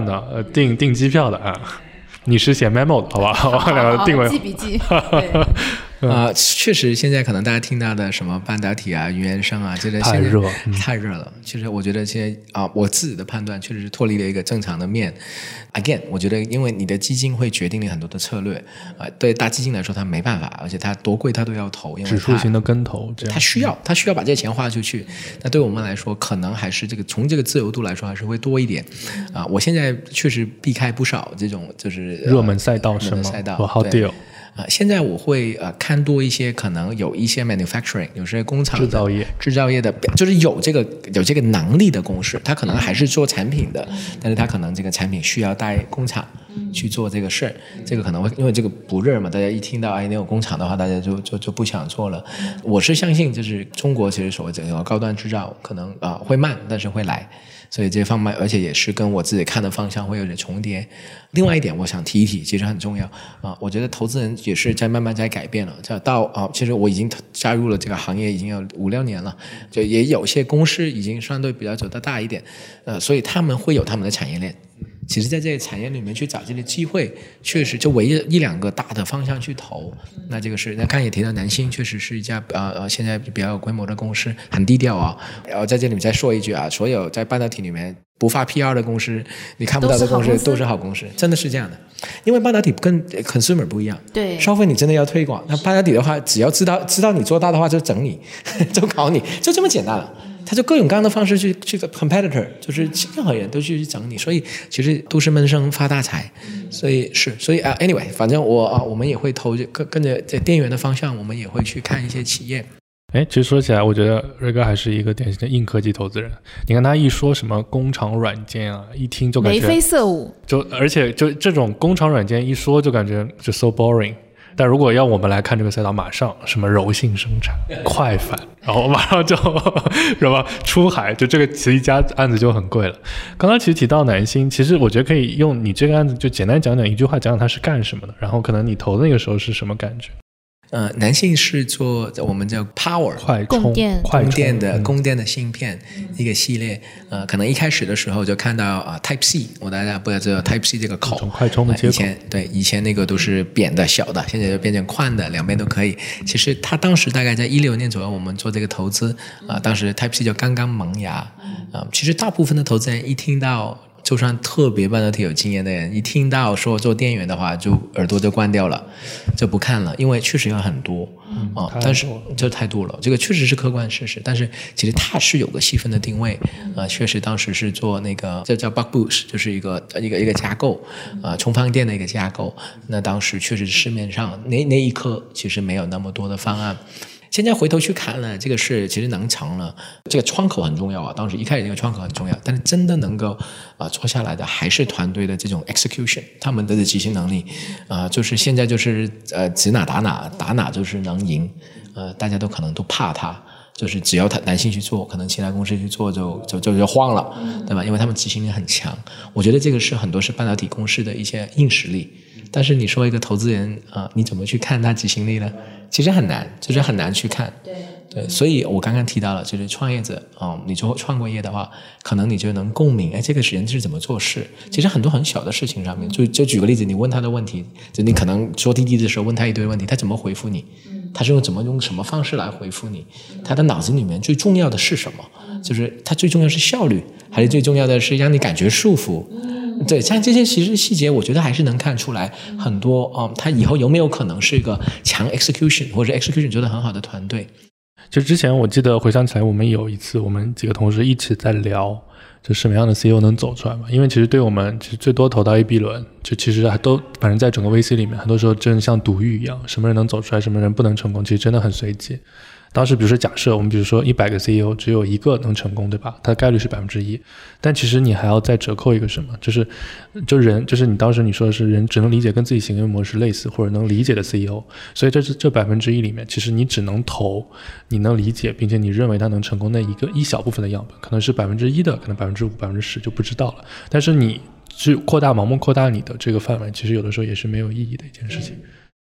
订机票的啊，你是写 memo 的，好吧？好，两个定位记笔记。 确实，现在可能大家听到的什么半导体啊、原研生啊，这些太热了。其实我觉得这些我自己的判断确实是脱离了一个正常的面。Again， 我觉得因为你的基金会决定你很多的策略对大基金来说它没办法，而且它多贵它都要投，因为指数型的跟投， 它需要把这些钱花出去。那对我们来说，可能还是从这个自由度来说还是会多一点我现在确实避开不少这种就是热门赛道是吗？和 hot deal。 现在我会看多一些，可能有一些 manufacturing， 有些工厂制造业的，就是有这个能力的公司，他可能还是做产品的，但是他可能这个产品需要带工厂去做这个事儿，这个可能会因为这个不热嘛，大家一听到你有工厂的话，大家就不想做了。我是相信，就是中国其实所谓这个高端制造可能会慢，但是会来。所以这方面，而且也是跟我自己看的方向会有点重叠。另外一点，我想提一提，其实很重要我觉得投资人也是慢慢在改变了。其实我已经加入了这个行业已经有5-6年了，就也有些公司已经相对比较走得大一点，所以他们会有他们的产业链。其实在这个产业里面去找这些机会，确实就唯一1-2个大的方向去投。那这个是，那刚才也提到南星确实是一家现在比较有规模的公司，很低调然后在这里面再说一句所有在半导体里面不发 PR 的公司，你看不到的公司都是好公司，真的是这样的。因为半导体跟 consumer 不一样， 对， 消费你真的要推广。那半导体的话，只要知道你做大的话，就整你，就搞你，就这么简单了。他就各种各样的方式去 competitor， 就是任何人都去整你，所以其实都是闷声发大财。所以anyway， 反正我们也会投跟着在电源的方向，我们也会去看一些企业。 其实说起来，我觉得瑞哥还是一个典型的硬科技投资人。你看他一说什么工厂软件一听就感觉眉飞色舞， 而且就这种工厂软件一说就感觉就 so boring。但如果要我们来看这个赛道，马上什么柔性生产、快反，然后马上就什么出海，就这个其实一家案子就很贵了。刚刚其实提到南星，其实我觉得可以用你这个案子就简单讲一句话讲它是干什么的，然后可能你投的那个时候是什么感觉。 南信是做我们叫 Power 供电的芯片一个系列。可能一开始的时候就看到Type C， 大家不知道 Type C 这个口， 快充的接口。 以前那个都是扁的小的，现在就变成宽的，两边都可以。其实他当时大概在16年左右，我们做这个投资当时 Type C 就刚刚萌芽其实大部分的投资人一听到，就算特别半导体有经验的人，一听到说做电源的话，就耳朵就关掉了，就不看了，因为确实有很多但是这太多了，这个确实是客观事实。但是其实它是有个细分的定位确实当时是做那个这叫 Buck Boost， 就是一个架构充放电的一个架构。那当时确实市面上那一刻其实没有那么多的方案。现在回头去看了，这个事其实能成了，这个窗口很重要当时一开始这个窗口很重要，但是真的能够做下来的还是团队的这种 execution， 他们的执行能力就是现在就是指哪打哪就是能赢大家都可能都怕他，就是只要他男性去做，可能其他公司去做就慌了，对吧？因为他们执行力很强。我觉得这个是很多是半导体公司的一些硬实力。但是你说一个投资人你怎么去看他执行力呢？其实很难，就是很难去看。对，所以我刚刚提到了，就是创业者你就创过业的话，可能你就能共鸣，这个人是怎么做事。其实很多很小的事情上面，就举个例子，你问他的问题，就你可能说滴滴的时候问他一堆问题，他怎么回复你？他是用什么方式来回复你？他的脑子里面最重要的是什么？就是他最重要是效率，还是最重要的是让你感觉舒服？对，像这些其实细节我觉得还是能看出来很多他以后有没有可能是一个强 execution 或者 execution 做得很好的团队。 就之前我记得回想起来，我们有一次我们几个同事一起在聊就什么样的 CEO 能走出来嘛？因为其实对我们其实最多投到 A、B 轮，就其实还都反正在整个 VC 里面，很多时候真的像赌玉一样，什么人能走出来，什么人不能成功，其实真的很随机。当时比如说假设我们比如说100个 CEO 只有1个能成功，对吧？它的概率是1%，但其实你还要再折扣一个什么，就是你当时你说的是人只能理解跟自己行为模式类似或者能理解的 CEO， 所以这1%里面，其实你只能投你能理解并且你认为它能成功的一小部分的样本，可能是1%的，可能5%、10%就不知道了。但是你去盲目扩大你的这个范围，其实有的时候也是没有意义的一件事情。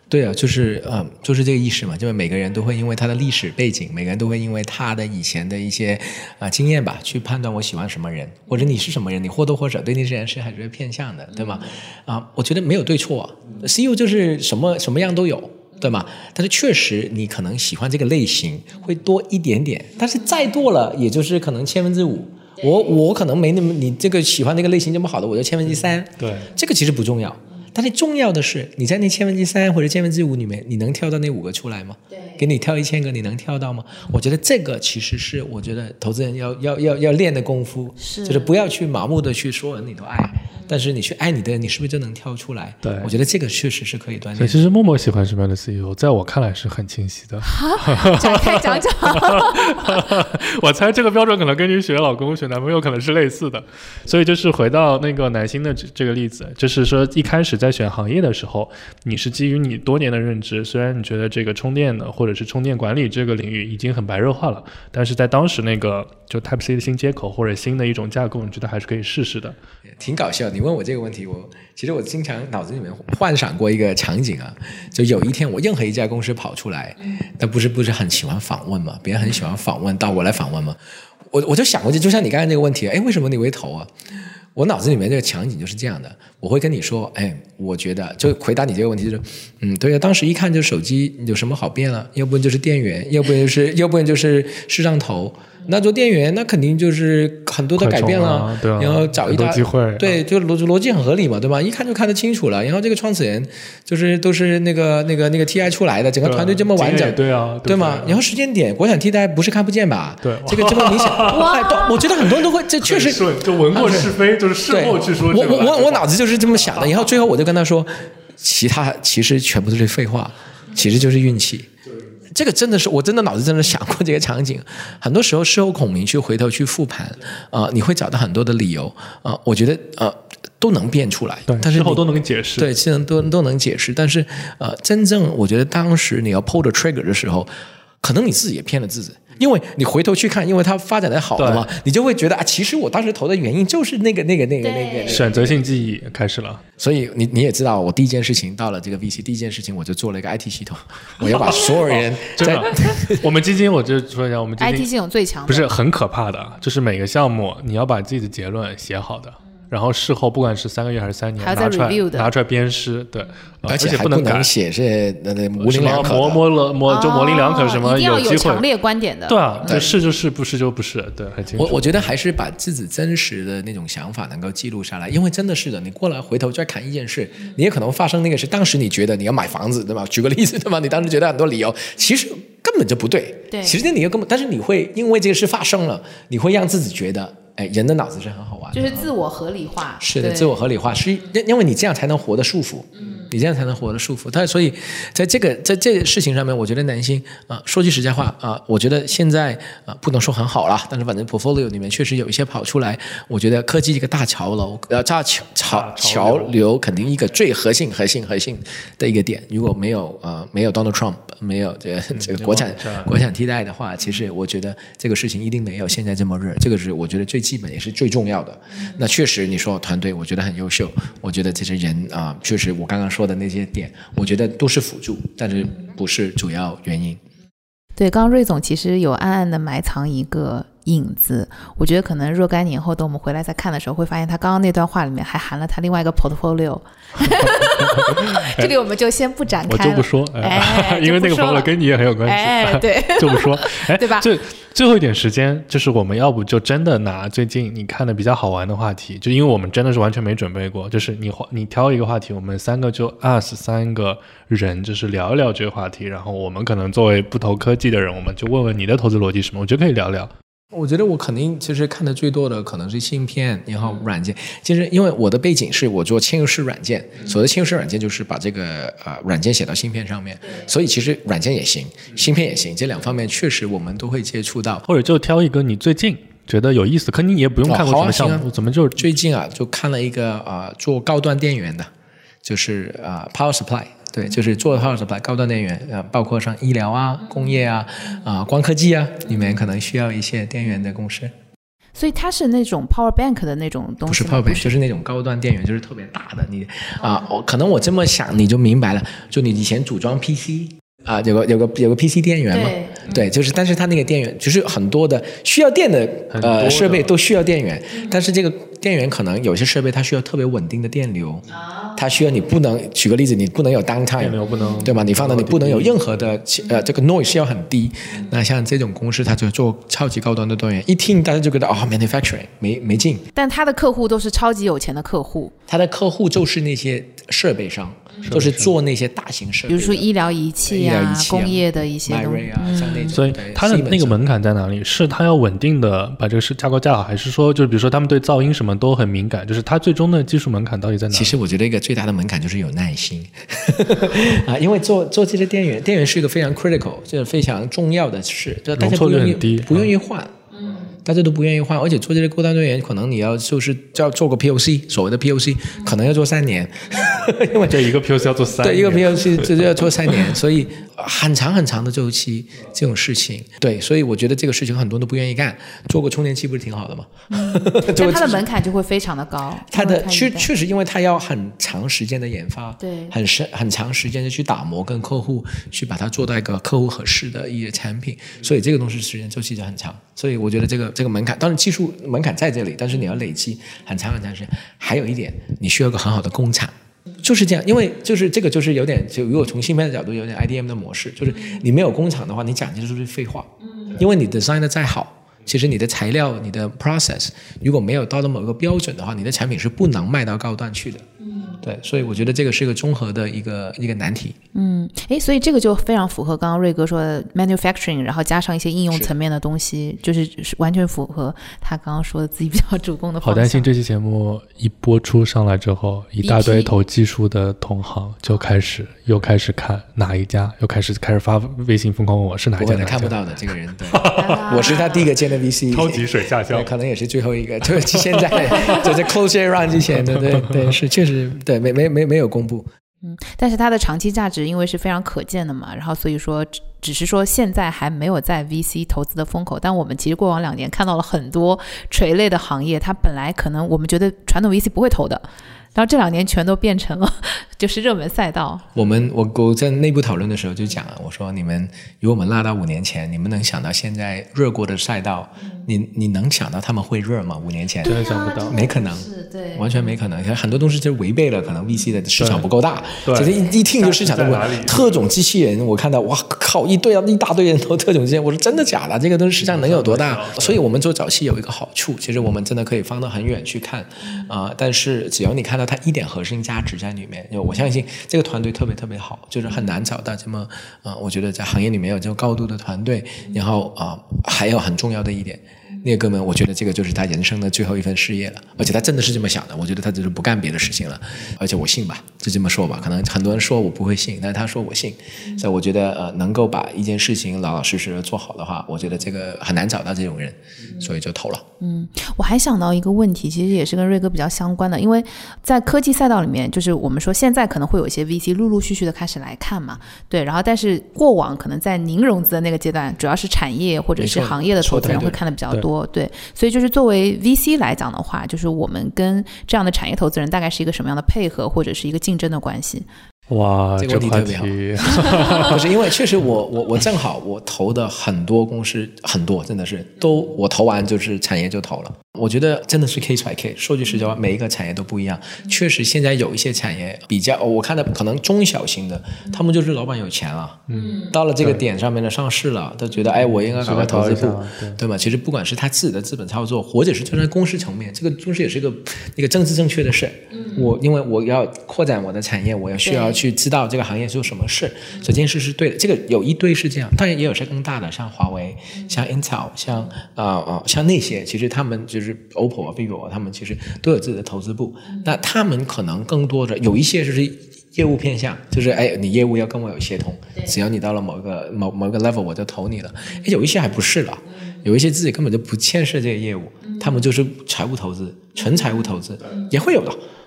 对啊，就是这个意识嘛，就是每个人都会因为他的历史背景，每个人都会因为他的以前的一些经验吧，去判断我喜欢什么人，或者你是什么人，你或多或少对那些人是还是偏向的，对吗？我觉得没有对错，CEO 就是什么样都有，对吗？但是确实你可能喜欢这个类型会多一点点，但是再多了也就是可能5%。我可能没那么你这个喜欢那个类型这么好的，我就3%。 对， 这个其实不重要。但是重要的是，你在那3%或者5%里面，你能挑到那5个出来吗？对，给你挑1000个，你能挑到吗？我觉得这个其实是我觉得投资人要练的功夫，就是不要去盲目的去所有人你都爱，但是你去爱你的人，你是不是就能挑出来？对，我觉得这个确实是可以锻炼。 所以其实默默喜欢什么样的 CEO， 在我看来是很清晰的。 展开讲讲。 我猜这个标准可能跟你选老公、选男朋友可能是类似的。所以就是回到那个南星的这个例子，就是说一开始在选行业的时候，你是基于你多年的认知，虽然你觉得这个充电的或者是充电管理这个领域已经很白热化了，但是在当时那个就 Type-C 的新接口或者新的一种架构，你觉得还是可以试试的。 挺搞笑，你问我这个问题，其实我经常脑子里面幻想过一个场景啊，就有一天我任何一家公司跑出来，但不是很喜欢访问嘛，别人很喜欢访问，到我来访问嘛，我就想过，就像你刚才那个问题，为什么你会投啊？我脑子里面这个场景就是这样的，我会跟你说，我觉得就回答你这个问题就是，对啊，当时一看就手机有什么好变了，要不然就是电源，要不然就是摄像头。那做电源，那肯定就是很多的改变了， 对啊， 然后找一大机会， 对，就逻辑很合理嘛，对吧？一看就看得清楚了。然后这个创始人就是都是那个 TI 出来的，整个团队这么完整， 对啊， 对吗？然后时间点，国产替代不是看不见吧？ 对， 这个这么明显，我觉得很多人都会，这确实就闻过是非，就是事后去说。 我脑子就是这么想的，然后最后我就跟他说，其实全部都是废话，其实就是运气。这个真的是我真的脑子真的想过这个场景，很多时候事后孔明去回头去复盘你会找到很多的理由我觉得都能变出来，但是事后都能解释， 对，都能解释，但是真正我觉得当时你要 pull the trigger 的时候，可能你自己也骗了自己。因为你回头去看，因为它发展的好了嘛，你就会觉得其实我当时投的原因就是那个选择性记忆开始了。 所以你也知道，我第一件事情到了这个 VC， 第一件事情我就做了一个 IT 系统，我要把所有人真的，我们基金我就说一下，我们基金 IT 系统最强的， 不是很可怕的，就是每个项目你要把自己的结论写好的。然后事后不管是3个月还是3年，拿出来鞭尸，对， 而且不能写是模棱两可的， 模棱两可什么， 一定要有强烈观点的， 对啊，就是就是不是就不是，对，很清楚。 我觉得还是把自己真实的那种想法能够记录下来，因为真的是的，你过来回头再看一件事，你也可能发生那个事，当时你觉得你要买房子，对吧？举个例子，对吧？你当时觉得很多理由，其实根本就不对， 对， 其实那理由根本，但是你会因为这个事发生了，你会让自己觉得。人的脑子是很好玩的， 就是自我合理化。 是的，自我合理化是因为你这样才能活得舒服，你这样才能活得舒服。所以在这个事情上面，我觉得南星说句实在话我觉得现在不能说很好了，但是反正 portfolio 里面确实有一些跑出来。我觉得科技这个大潮流肯定一个最核心的一个点，如果没有 Donald Trump， 没有这个国产替代的话，其实我觉得这个事情一定没有现在这么热。这个是我觉得最基本也是最重要的。那确实你说团队我觉得很优秀，我觉得这些人确实我刚刚说的那些点我觉得都是辅助，但是不是主要原因。 对，刚刚瑞总其实有暗暗的埋藏一个影子，我觉得可能若干年后等我们回来再看的时候会发现他刚刚那段话里面还含了他另外一个 portfolio 这里我们就先不展开了， 我就不说因为那个 portfolio 跟你也很有关系对就不说对吧？ 最后一点时间，就是我们要不就真的拿最近你看的比较好玩的话题，就因为我们真的是完全没准备过，就是你挑一个话题，我们3个就 ask 3个人，就是聊一聊这个话题，然后我们可能作为不投科技的人，我们就问问你的投资逻辑是什么，我觉得可以聊聊。 我觉得我肯定其实看的最多的可能是芯片，然后软件。其实因为我的背景是我做嵌入式软件，所谓的嵌入式软件就是把这个软件写到芯片上面，所以其实软件也行，芯片也行，这两方面确实我们都会接触到。 或者就挑一个你最近觉得有意思，可你也不用看过什么项目，怎么就最近就看了一个做高端电源的，就是Power Supply。对，就是做 Power Supply 高端电源包括像医疗工业光科技里面可能需要一些电源的公司。 所以它是那种 power bank 的那种东西？ 不是 power bank， 就是那种高端电源，就是特别大的。你可能我这么想你就明白了，就你以前组装 PC。有个 PC 电源嘛？对，就是，但是它那个电源就是很多的需要电的设备都需要电源，但是这个电源可能有些设备它需要特别稳定的电流，它需要你不能，举个例子，你不能有 downtime， 电流不能， 对吧？你放到你不能有任何的这个 noise 要很低。那像这种公司，它就做超级高端的电源，一听大家就觉得manufacturing 没劲。 但他的客户都是超级有钱的客户， 他的客户就是那些设备商。就是做那些大型设备， 比如说医疗仪器啊，工业的一些东西像那种。 所以它的那个门槛在哪里？是它要稳定的把这个架构架好，还是说就是比如说他们对噪音什么都很敏感？就是它最终的技术门槛到底在哪里？ 其实我觉得一个最大的门槛就是有耐心因为做这些电源是一个非常 critical， 就是非常重要的事，大家不愿意换。大家都不愿意换，而且做这些高端电源，可能你要做个 POC， 所谓的 POC 可能要做3年，因为这一个 POC 要做3年， 对，一个 POC 就要做3年，所以很长很长的周期这种事情，对，所以我觉得这个事情很多人都不愿意干。做个充电器不是挺好的吗？ 但它的门槛就会非常的高。 它的确实，因为它要很长时间的研发， 对， 很长时间的去打磨，跟客户去把它做到一个客户合适的一些产品，所以这个东西时间周期就很长。所以我觉得这个门槛，当然技术门槛在这里，但是你要累积很长很长时间。还有一点，你需要一个很好的工厂。就是这样，因为就是这个就是有点，就如果从芯片的角度，有点 IDM 的模式，就是你没有工厂的话，你讲的就是废话。因为你 design 的再好，其实你的材料、你的 process 如果没有到了某个标准的话，你的产品是不能卖到高端去的。对，所以我觉得这个是一个综合的一个难题。 所以这个就非常符合刚刚瑞哥说的 manufacturing， 然后加上一些应用层面的东西，就是完全符合他刚刚说的自己比较主攻的方向。 好担心这期节目一播出上来之后，一大堆投技术的同行就又开始看哪一家，又开始发微信疯狂问我是哪一家。 不会的，看不到的这个人，对我是他第一个见的 VC， 超级水下校， 可能也是最后一个，就是现在就在 close round 之前的，对，是确实对，没有公布。 但是它的长期价值因为是非常可见的嘛，然后所以说只是说现在还没有在 VC 投资的风口，但我们其实过往2年看到了很多垂类的行业，它本来可能我们觉得传统 VC 不会投的，然后这2年全都变成了就是热门赛道。 我在内部讨论的时候就讲了，我说如果我们拉到5年前，你们能想到现在热过的赛道，你能想到他们会热吗？5年前真的想不到， 没可能， 对， 完全没可能。很多东西就违背了可能 VC 的市场不够大，其实一听就市场的特种机器人，我看到哇靠，一大堆人投特种机器人，我说真的假的？这个东西市场能有多大？所以我们做早期有一个好处，其实我们真的可以放到很远去看但是只要你看到它一点核心价值在里面，我相信这个团队特别特别好，就是很难找到这么我觉得在行业里面有这种高度的团队，然后还有很重要的一点，那个哥们我觉得这个就是他人生的最后一份事业了，而且他真的是这么想的，我觉得他就是不干别的事情了，而且我信吧，就这么说吧，可能很多人说我不会信，但是他说我信，所以我觉得能够把一件事情老老实实的做好的话，我觉得这个很难找到这种人，所以就投了。 我还想到一个问题，其实也是跟瑞哥比较相关的，因为在科技赛道里面，就是我们说现在可能会有一些 VC 陆陆续续的开始来看嘛，对，然后但是过往可能在您融资的那个阶段，主要是产业或者是行业的投资人会看的比较多，对，所以就是作为 VC 来讲的话，就是我们跟这样的产业投资人大概是一个什么样的配合或者是一个竞争的关系？ 哇， 这个问题特别好不是因为确实我正好我投的很多公司，很多真的是都我投完就是产业就投了，我觉得真的是 case by case， 说句实在话，每一个产业都不一样。确实现在有一些产业比较我看的可能中小型的，他们就是老板有钱了，到了这个点上面的上市了，都觉得我应该搞个投资部，对吗？其实不管是他自己的资本操作，或者是就在公司层面，这个公司也是一个政治正确的事。因为我要扩展我的产业，我要需要去知道这个行业做什么事，这件事是对的。这个有一堆是这样，当然也有些更大的，像华为、像 Intel、像那些，其实他们就是 OPPO 啊、vivo 啊，他们其实都有自己的投资部。那他们可能更多的有一些就是业务偏向，就是你业务要跟我有协同，只要你到了某个 level 我就投你了。有一些还不是了，有一些自己根本就不牵涉这个业务，他们就是财务投资，纯财务投资也会有的。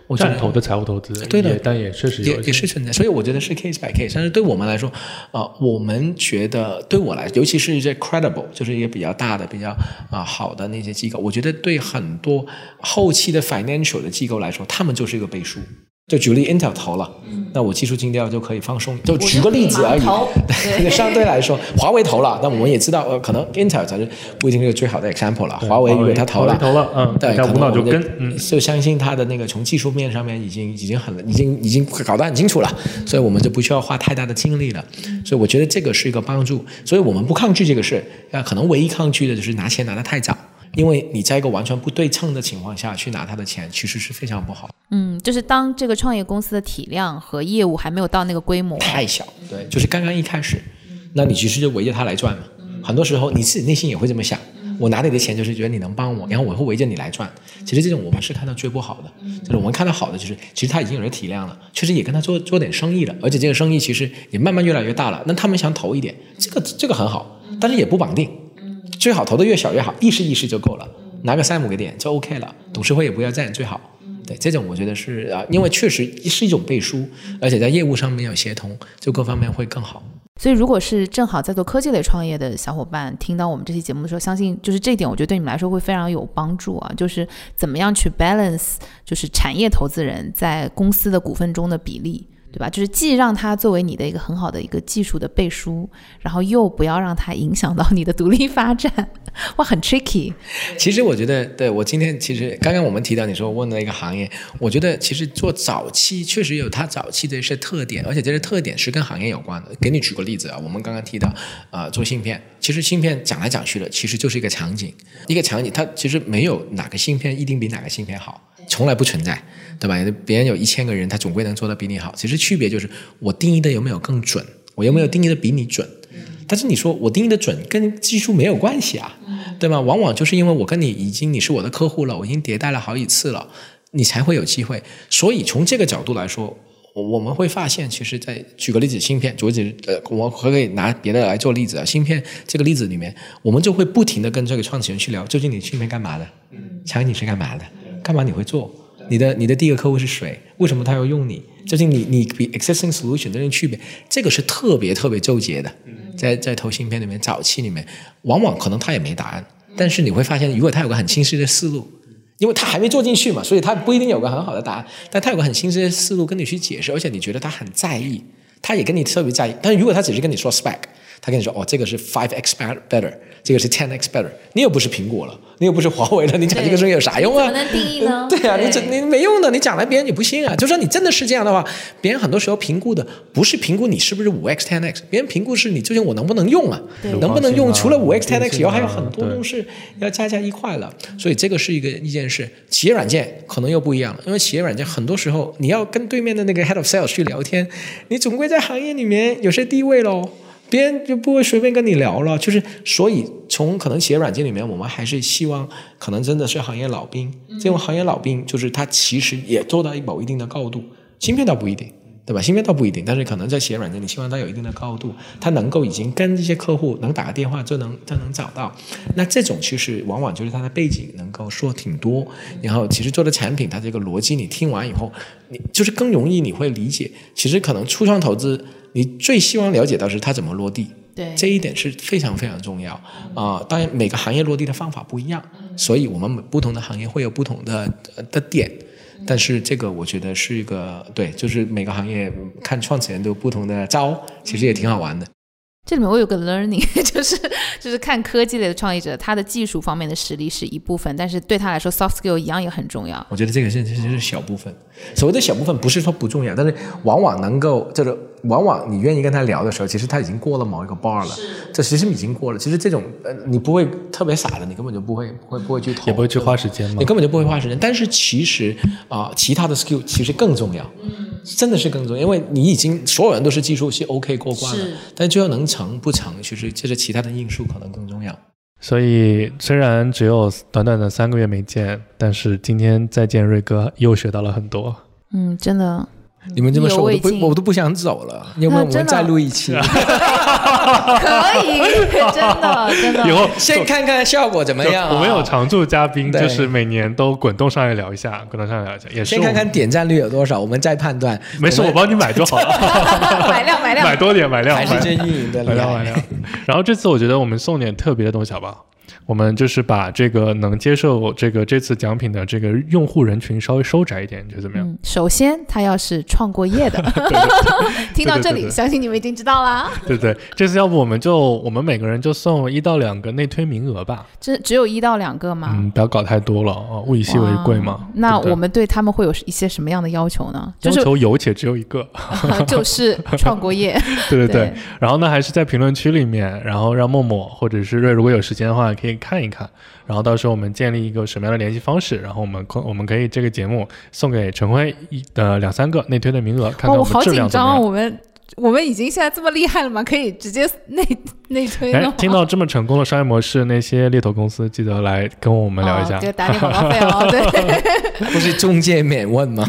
战投的财务投资， 对的， 但也确实有也是存在，所以我觉得是 case by case。但是对我们来说，我们觉得对我来，尤其是一些 credible， 就是一个比较大的、比较好的那些机构，我觉得对很多后期的 financial 的机构来说，他们就是一个背书。就举例 Intel 投了，那我技术尽调就可以放松，就举个例子而已。相对来说，华为投了，那我们也知道，可能 Intel 才是不一定是最好的 example 了。华为如果他投了，对，可能我们就相信他的那个从技术面上面已经搞得很清楚了，所以我们就不需要花太大的精力了。所以我觉得这个是一个帮助，所以我们不抗拒这个事，可能唯一抗拒的就是拿钱拿得太早。因为你在一个完全不对称的情况下去拿他的钱，其实是非常不好。 就是当这个创业公司的体量和业务还没有到那个规模， 太小，对，就是刚刚一开始，那你其实就围着他来赚嘛。很多时候你自己内心也会这么想，我拿你的钱就是觉得你能帮我，然后我会围着你来赚。其实这种我们是看到最不好的，就是我们看到好的就是其实他已经有了体量了，确实也跟他做点生意了，而且这个生意其实也慢慢越来越大了。那他们想投一点，这个很好，但是也不绑定。最好投的越小越好，意识就够了，拿个3-5个点就 OK 了，董事会也不要占最好。对，这种我觉得是因为确实是一种背书，而且在业务上面有协同，就各方面会更好。 所以如果是正好在做科技类创业的小伙伴听到我们这期节目的时候，相信就是这一点我觉得对你们来说会非常有帮助啊，就是怎么样去 balance 就是产业投资人在公司的股份中的比例，对吧？就是既让它作为你的一个很好的一个技术的背书，然后又不要让它影响到你的独立发展。哇，很 tricky。 其实我觉得，对，我今天其实刚刚我们提到你说问的一个行业，我觉得其实做早期确实有它早期的一些特点，而且这些特点是跟行业有关的。给你举个例子啊，我们刚刚提到做芯片，其实芯片讲来讲去的其实就是一个场景，它其实没有哪个芯片一定比哪个芯片好，从来不存在，对吧？别人有1000个人，他总归能做得比你好。其实区别就是我定义的有没有更准，我有没有定义的比你准。但是你说我定义的准跟技术没有关系啊，对吗？往往就是因为我跟你是我的客户了，我已经迭代了好几次了，你才会有机会。所以从这个角度来说，我们会发现，其实在举个例子，芯片，我可以拿别的来做例子啊。芯片这个例子里面，我们就会不停的跟这个创始人去聊，究竟你芯片干嘛的？强你是干嘛的？干嘛你会做？你的第一个客户是谁？为什么他要用你？究竟你比 existing solution 的这个区别，这个是特别特别纠结的。在投芯片里面，早期里面，往往可能他也没答案，但是你会发现，如果他有个很清晰的思路，因为他还没做进去嘛，所以他不一定有个很好的答案，但他有个很清晰的思路跟你去解释，而且你觉得他很在意，他也跟你特别在意。但是如果他只是跟你说 spec， 他跟你说这个是 5x better， 这个是 10x better， 你又不是苹果了，你又不是华为了，你讲这个东西有啥用啊？ 怎么能定义呢？ 对啊，你没用的，你讲来别人也不信啊。就算你真的是这样的话，别人很多时候评估的不是评估你是不是 5x 10x， 别人评估是你究竟我能不能用啊，能不能用？除了 5x 10x 以后，还有很多东西要加一块了。所以这个是一件事。企业软件可能又不一样了，因为企业软件很多时候你要跟对面的那个 head of sales 去聊天，你总归在行业里面有些地位咯，别人就不会随便跟你聊了。就是所以从可能企业软件里面，我们还是希望可能真的是行业老兵，这种行业老兵就是他其实也做到某一定的高度，芯片倒不一定，对吧？芯片倒不一定，但是可能在企业软件，你希望它有一定的高度，它能够已经跟这些客户能打个电话就能找到。那这种其实往往就是它的背景能够说挺多，然后其实做的产品，它这个逻辑你听完以后，你就是更容易你会理解。其实可能初创投资，你最希望了解到是它怎么落地。 对， 这一点是非常非常重要当然每个行业落地的方法不一样，所以我们不同的行业会有不同的点。但是这个我觉得是一个对，就是每个行业看创始人都有不同的招，其实也挺好玩的。 这里面我有个 learning 就是看科技类的创业者，他的技术方面的实力是一部分，但是对他来说 soft skill 一样也很重要。 我觉得这个是小部分，所谓的小部分不是说不重要，但是往往能够就是往往你愿意跟他聊的时候，其实他已经过了某一个 bar 了，这其实已经过了。其实这种你不会特别傻的，你根本就不会去投， 也不会去花时间嘛， 你根本就不会花时间。但是其实其他的 skill 其实更重要，真的是更重要，因为你已经所有人都是技术是 OK 过关了，但最后能成不成，其实这是其他的因素可能更重要。 所以虽然只有短短的3个月没见，但是今天再见瑞哥又学到了很多。 真的。 你们这么说我都不想走了，要不然我们再录一期？ 可以，真的。 以后先看看效果怎么样我们有常驻嘉宾，就是每年都滚动上来聊一下，也是先看看点赞率有多少，我们再判断。 没事，我帮你买就好了。 买量， 买多点，买量， 还是真运营的， 买量。然后这次我觉得我们送点特别的东西，好不好？我们就是把这个能接受这次奖品的这个用户人群稍微收窄一点，你觉得怎么样？ 首先他要是创过业的，听到这里相信你们已经知道啦。 对，这次要不我们每个人就送1到2个内推名额吧。 这只有1到2个吗？ 不要搞太多了物以稀为贵嘛。 那我们对他们会有一些什么样的要求呢？ 要求有且只有1个， 就是创过业。 对。然后呢，还是在评论区里面，然后让默默或者是瑞如果有时间的话可以看一看，然后到时候我们建立一个什么样的联系方式，然后我们可以这个节目送给陈辉2-3个内推的名额，看看我们质量怎么样。 我好紧张，我们已经现在这么厉害了吗？可以直接内推了吗？ 听到这么成功的商业模式，那些猎头公司记得来跟我们聊一下， 就打点广告费哦。对， 不是中介免问吗？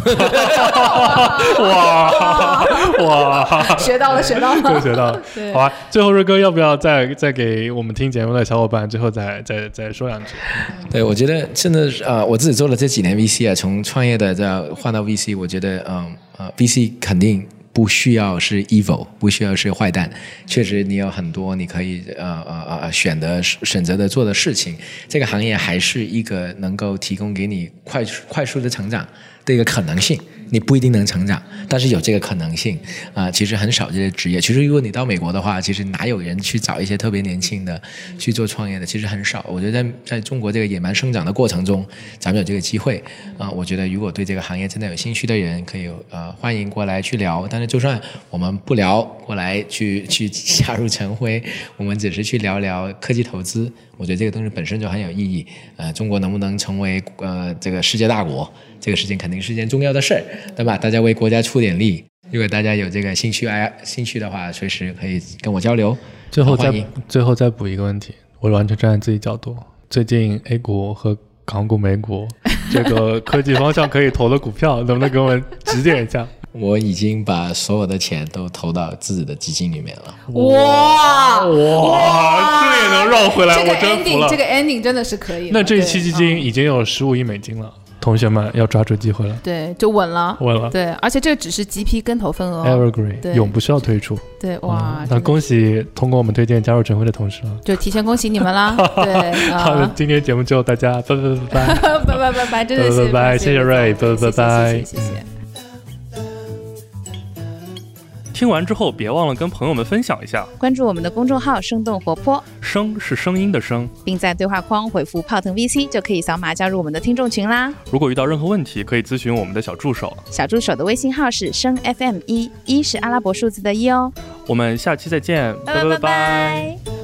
哇， 学到了。 对，学到了。好吧，最后瑞哥要不要再给我们听节目的小伙伴最后再说2句？ 对，我觉得真的我自己做了这几年 VC 从创业的再换到 VC， 我觉得VC 肯定不需要是 evil， 不需要是坏蛋，确实你有很多你可以选择的做的事情，这个行业还是一个能够提供给你快速的成长的一个可能性。你不一定能成长，但是有这个可能性其实很少这些职业。其实如果你到美国的话，其实哪有人去找一些特别年轻的去做创业的，其实很少。我觉得在中国这个野蛮生长的过程中，咱们有这个机会我觉得如果对这个行业真的有兴趣的人，可以欢迎过来去聊。但是就算我们不聊过来去加入晨辉，我们只是去聊聊科技投资，我觉得这个东西本身就很有意义。中国能不能成为这个世界大国，这个事情肯定是件重要的事儿，对吧？大家为国家出点力。如果大家有这个兴趣的话，随时可以跟我交流。最后再补一个问题，我完全站在自己角度。最近 A 股和港股、美股这个科技方向可以投的股票，能不能给我们指点一下？ 我已经把所有的钱都投到自己的基金里面了。 哇， 这也能绕回来，我真服了。 这个 ending 真的是可以。 那这一期基金已经有15亿美金了。同学们要抓住机会了， 对，就稳了，对，而且这个只是 GP 跟投份额 ，Evergreen， 永不需要退出， 对，哇， 那恭喜通过我们推荐加入晨辉的同事了， 就提前恭喜你们啦，对， 好的，今天节目就大家拜， 拜，真的是拜，谢谢瑞，拜， 谢谢。 听完之后别忘了跟朋友们分享一下， 关注我们的公众号生动活泼， 声是声音的声，并在对话框回复泡腾 VC 就可以扫码加入我们的听众群啦。如果遇到任何问题可以咨询我们的小助手，小助手的微信号是声 FM1，1是阿拉伯数字的1哦。我们下期再见，拜拜。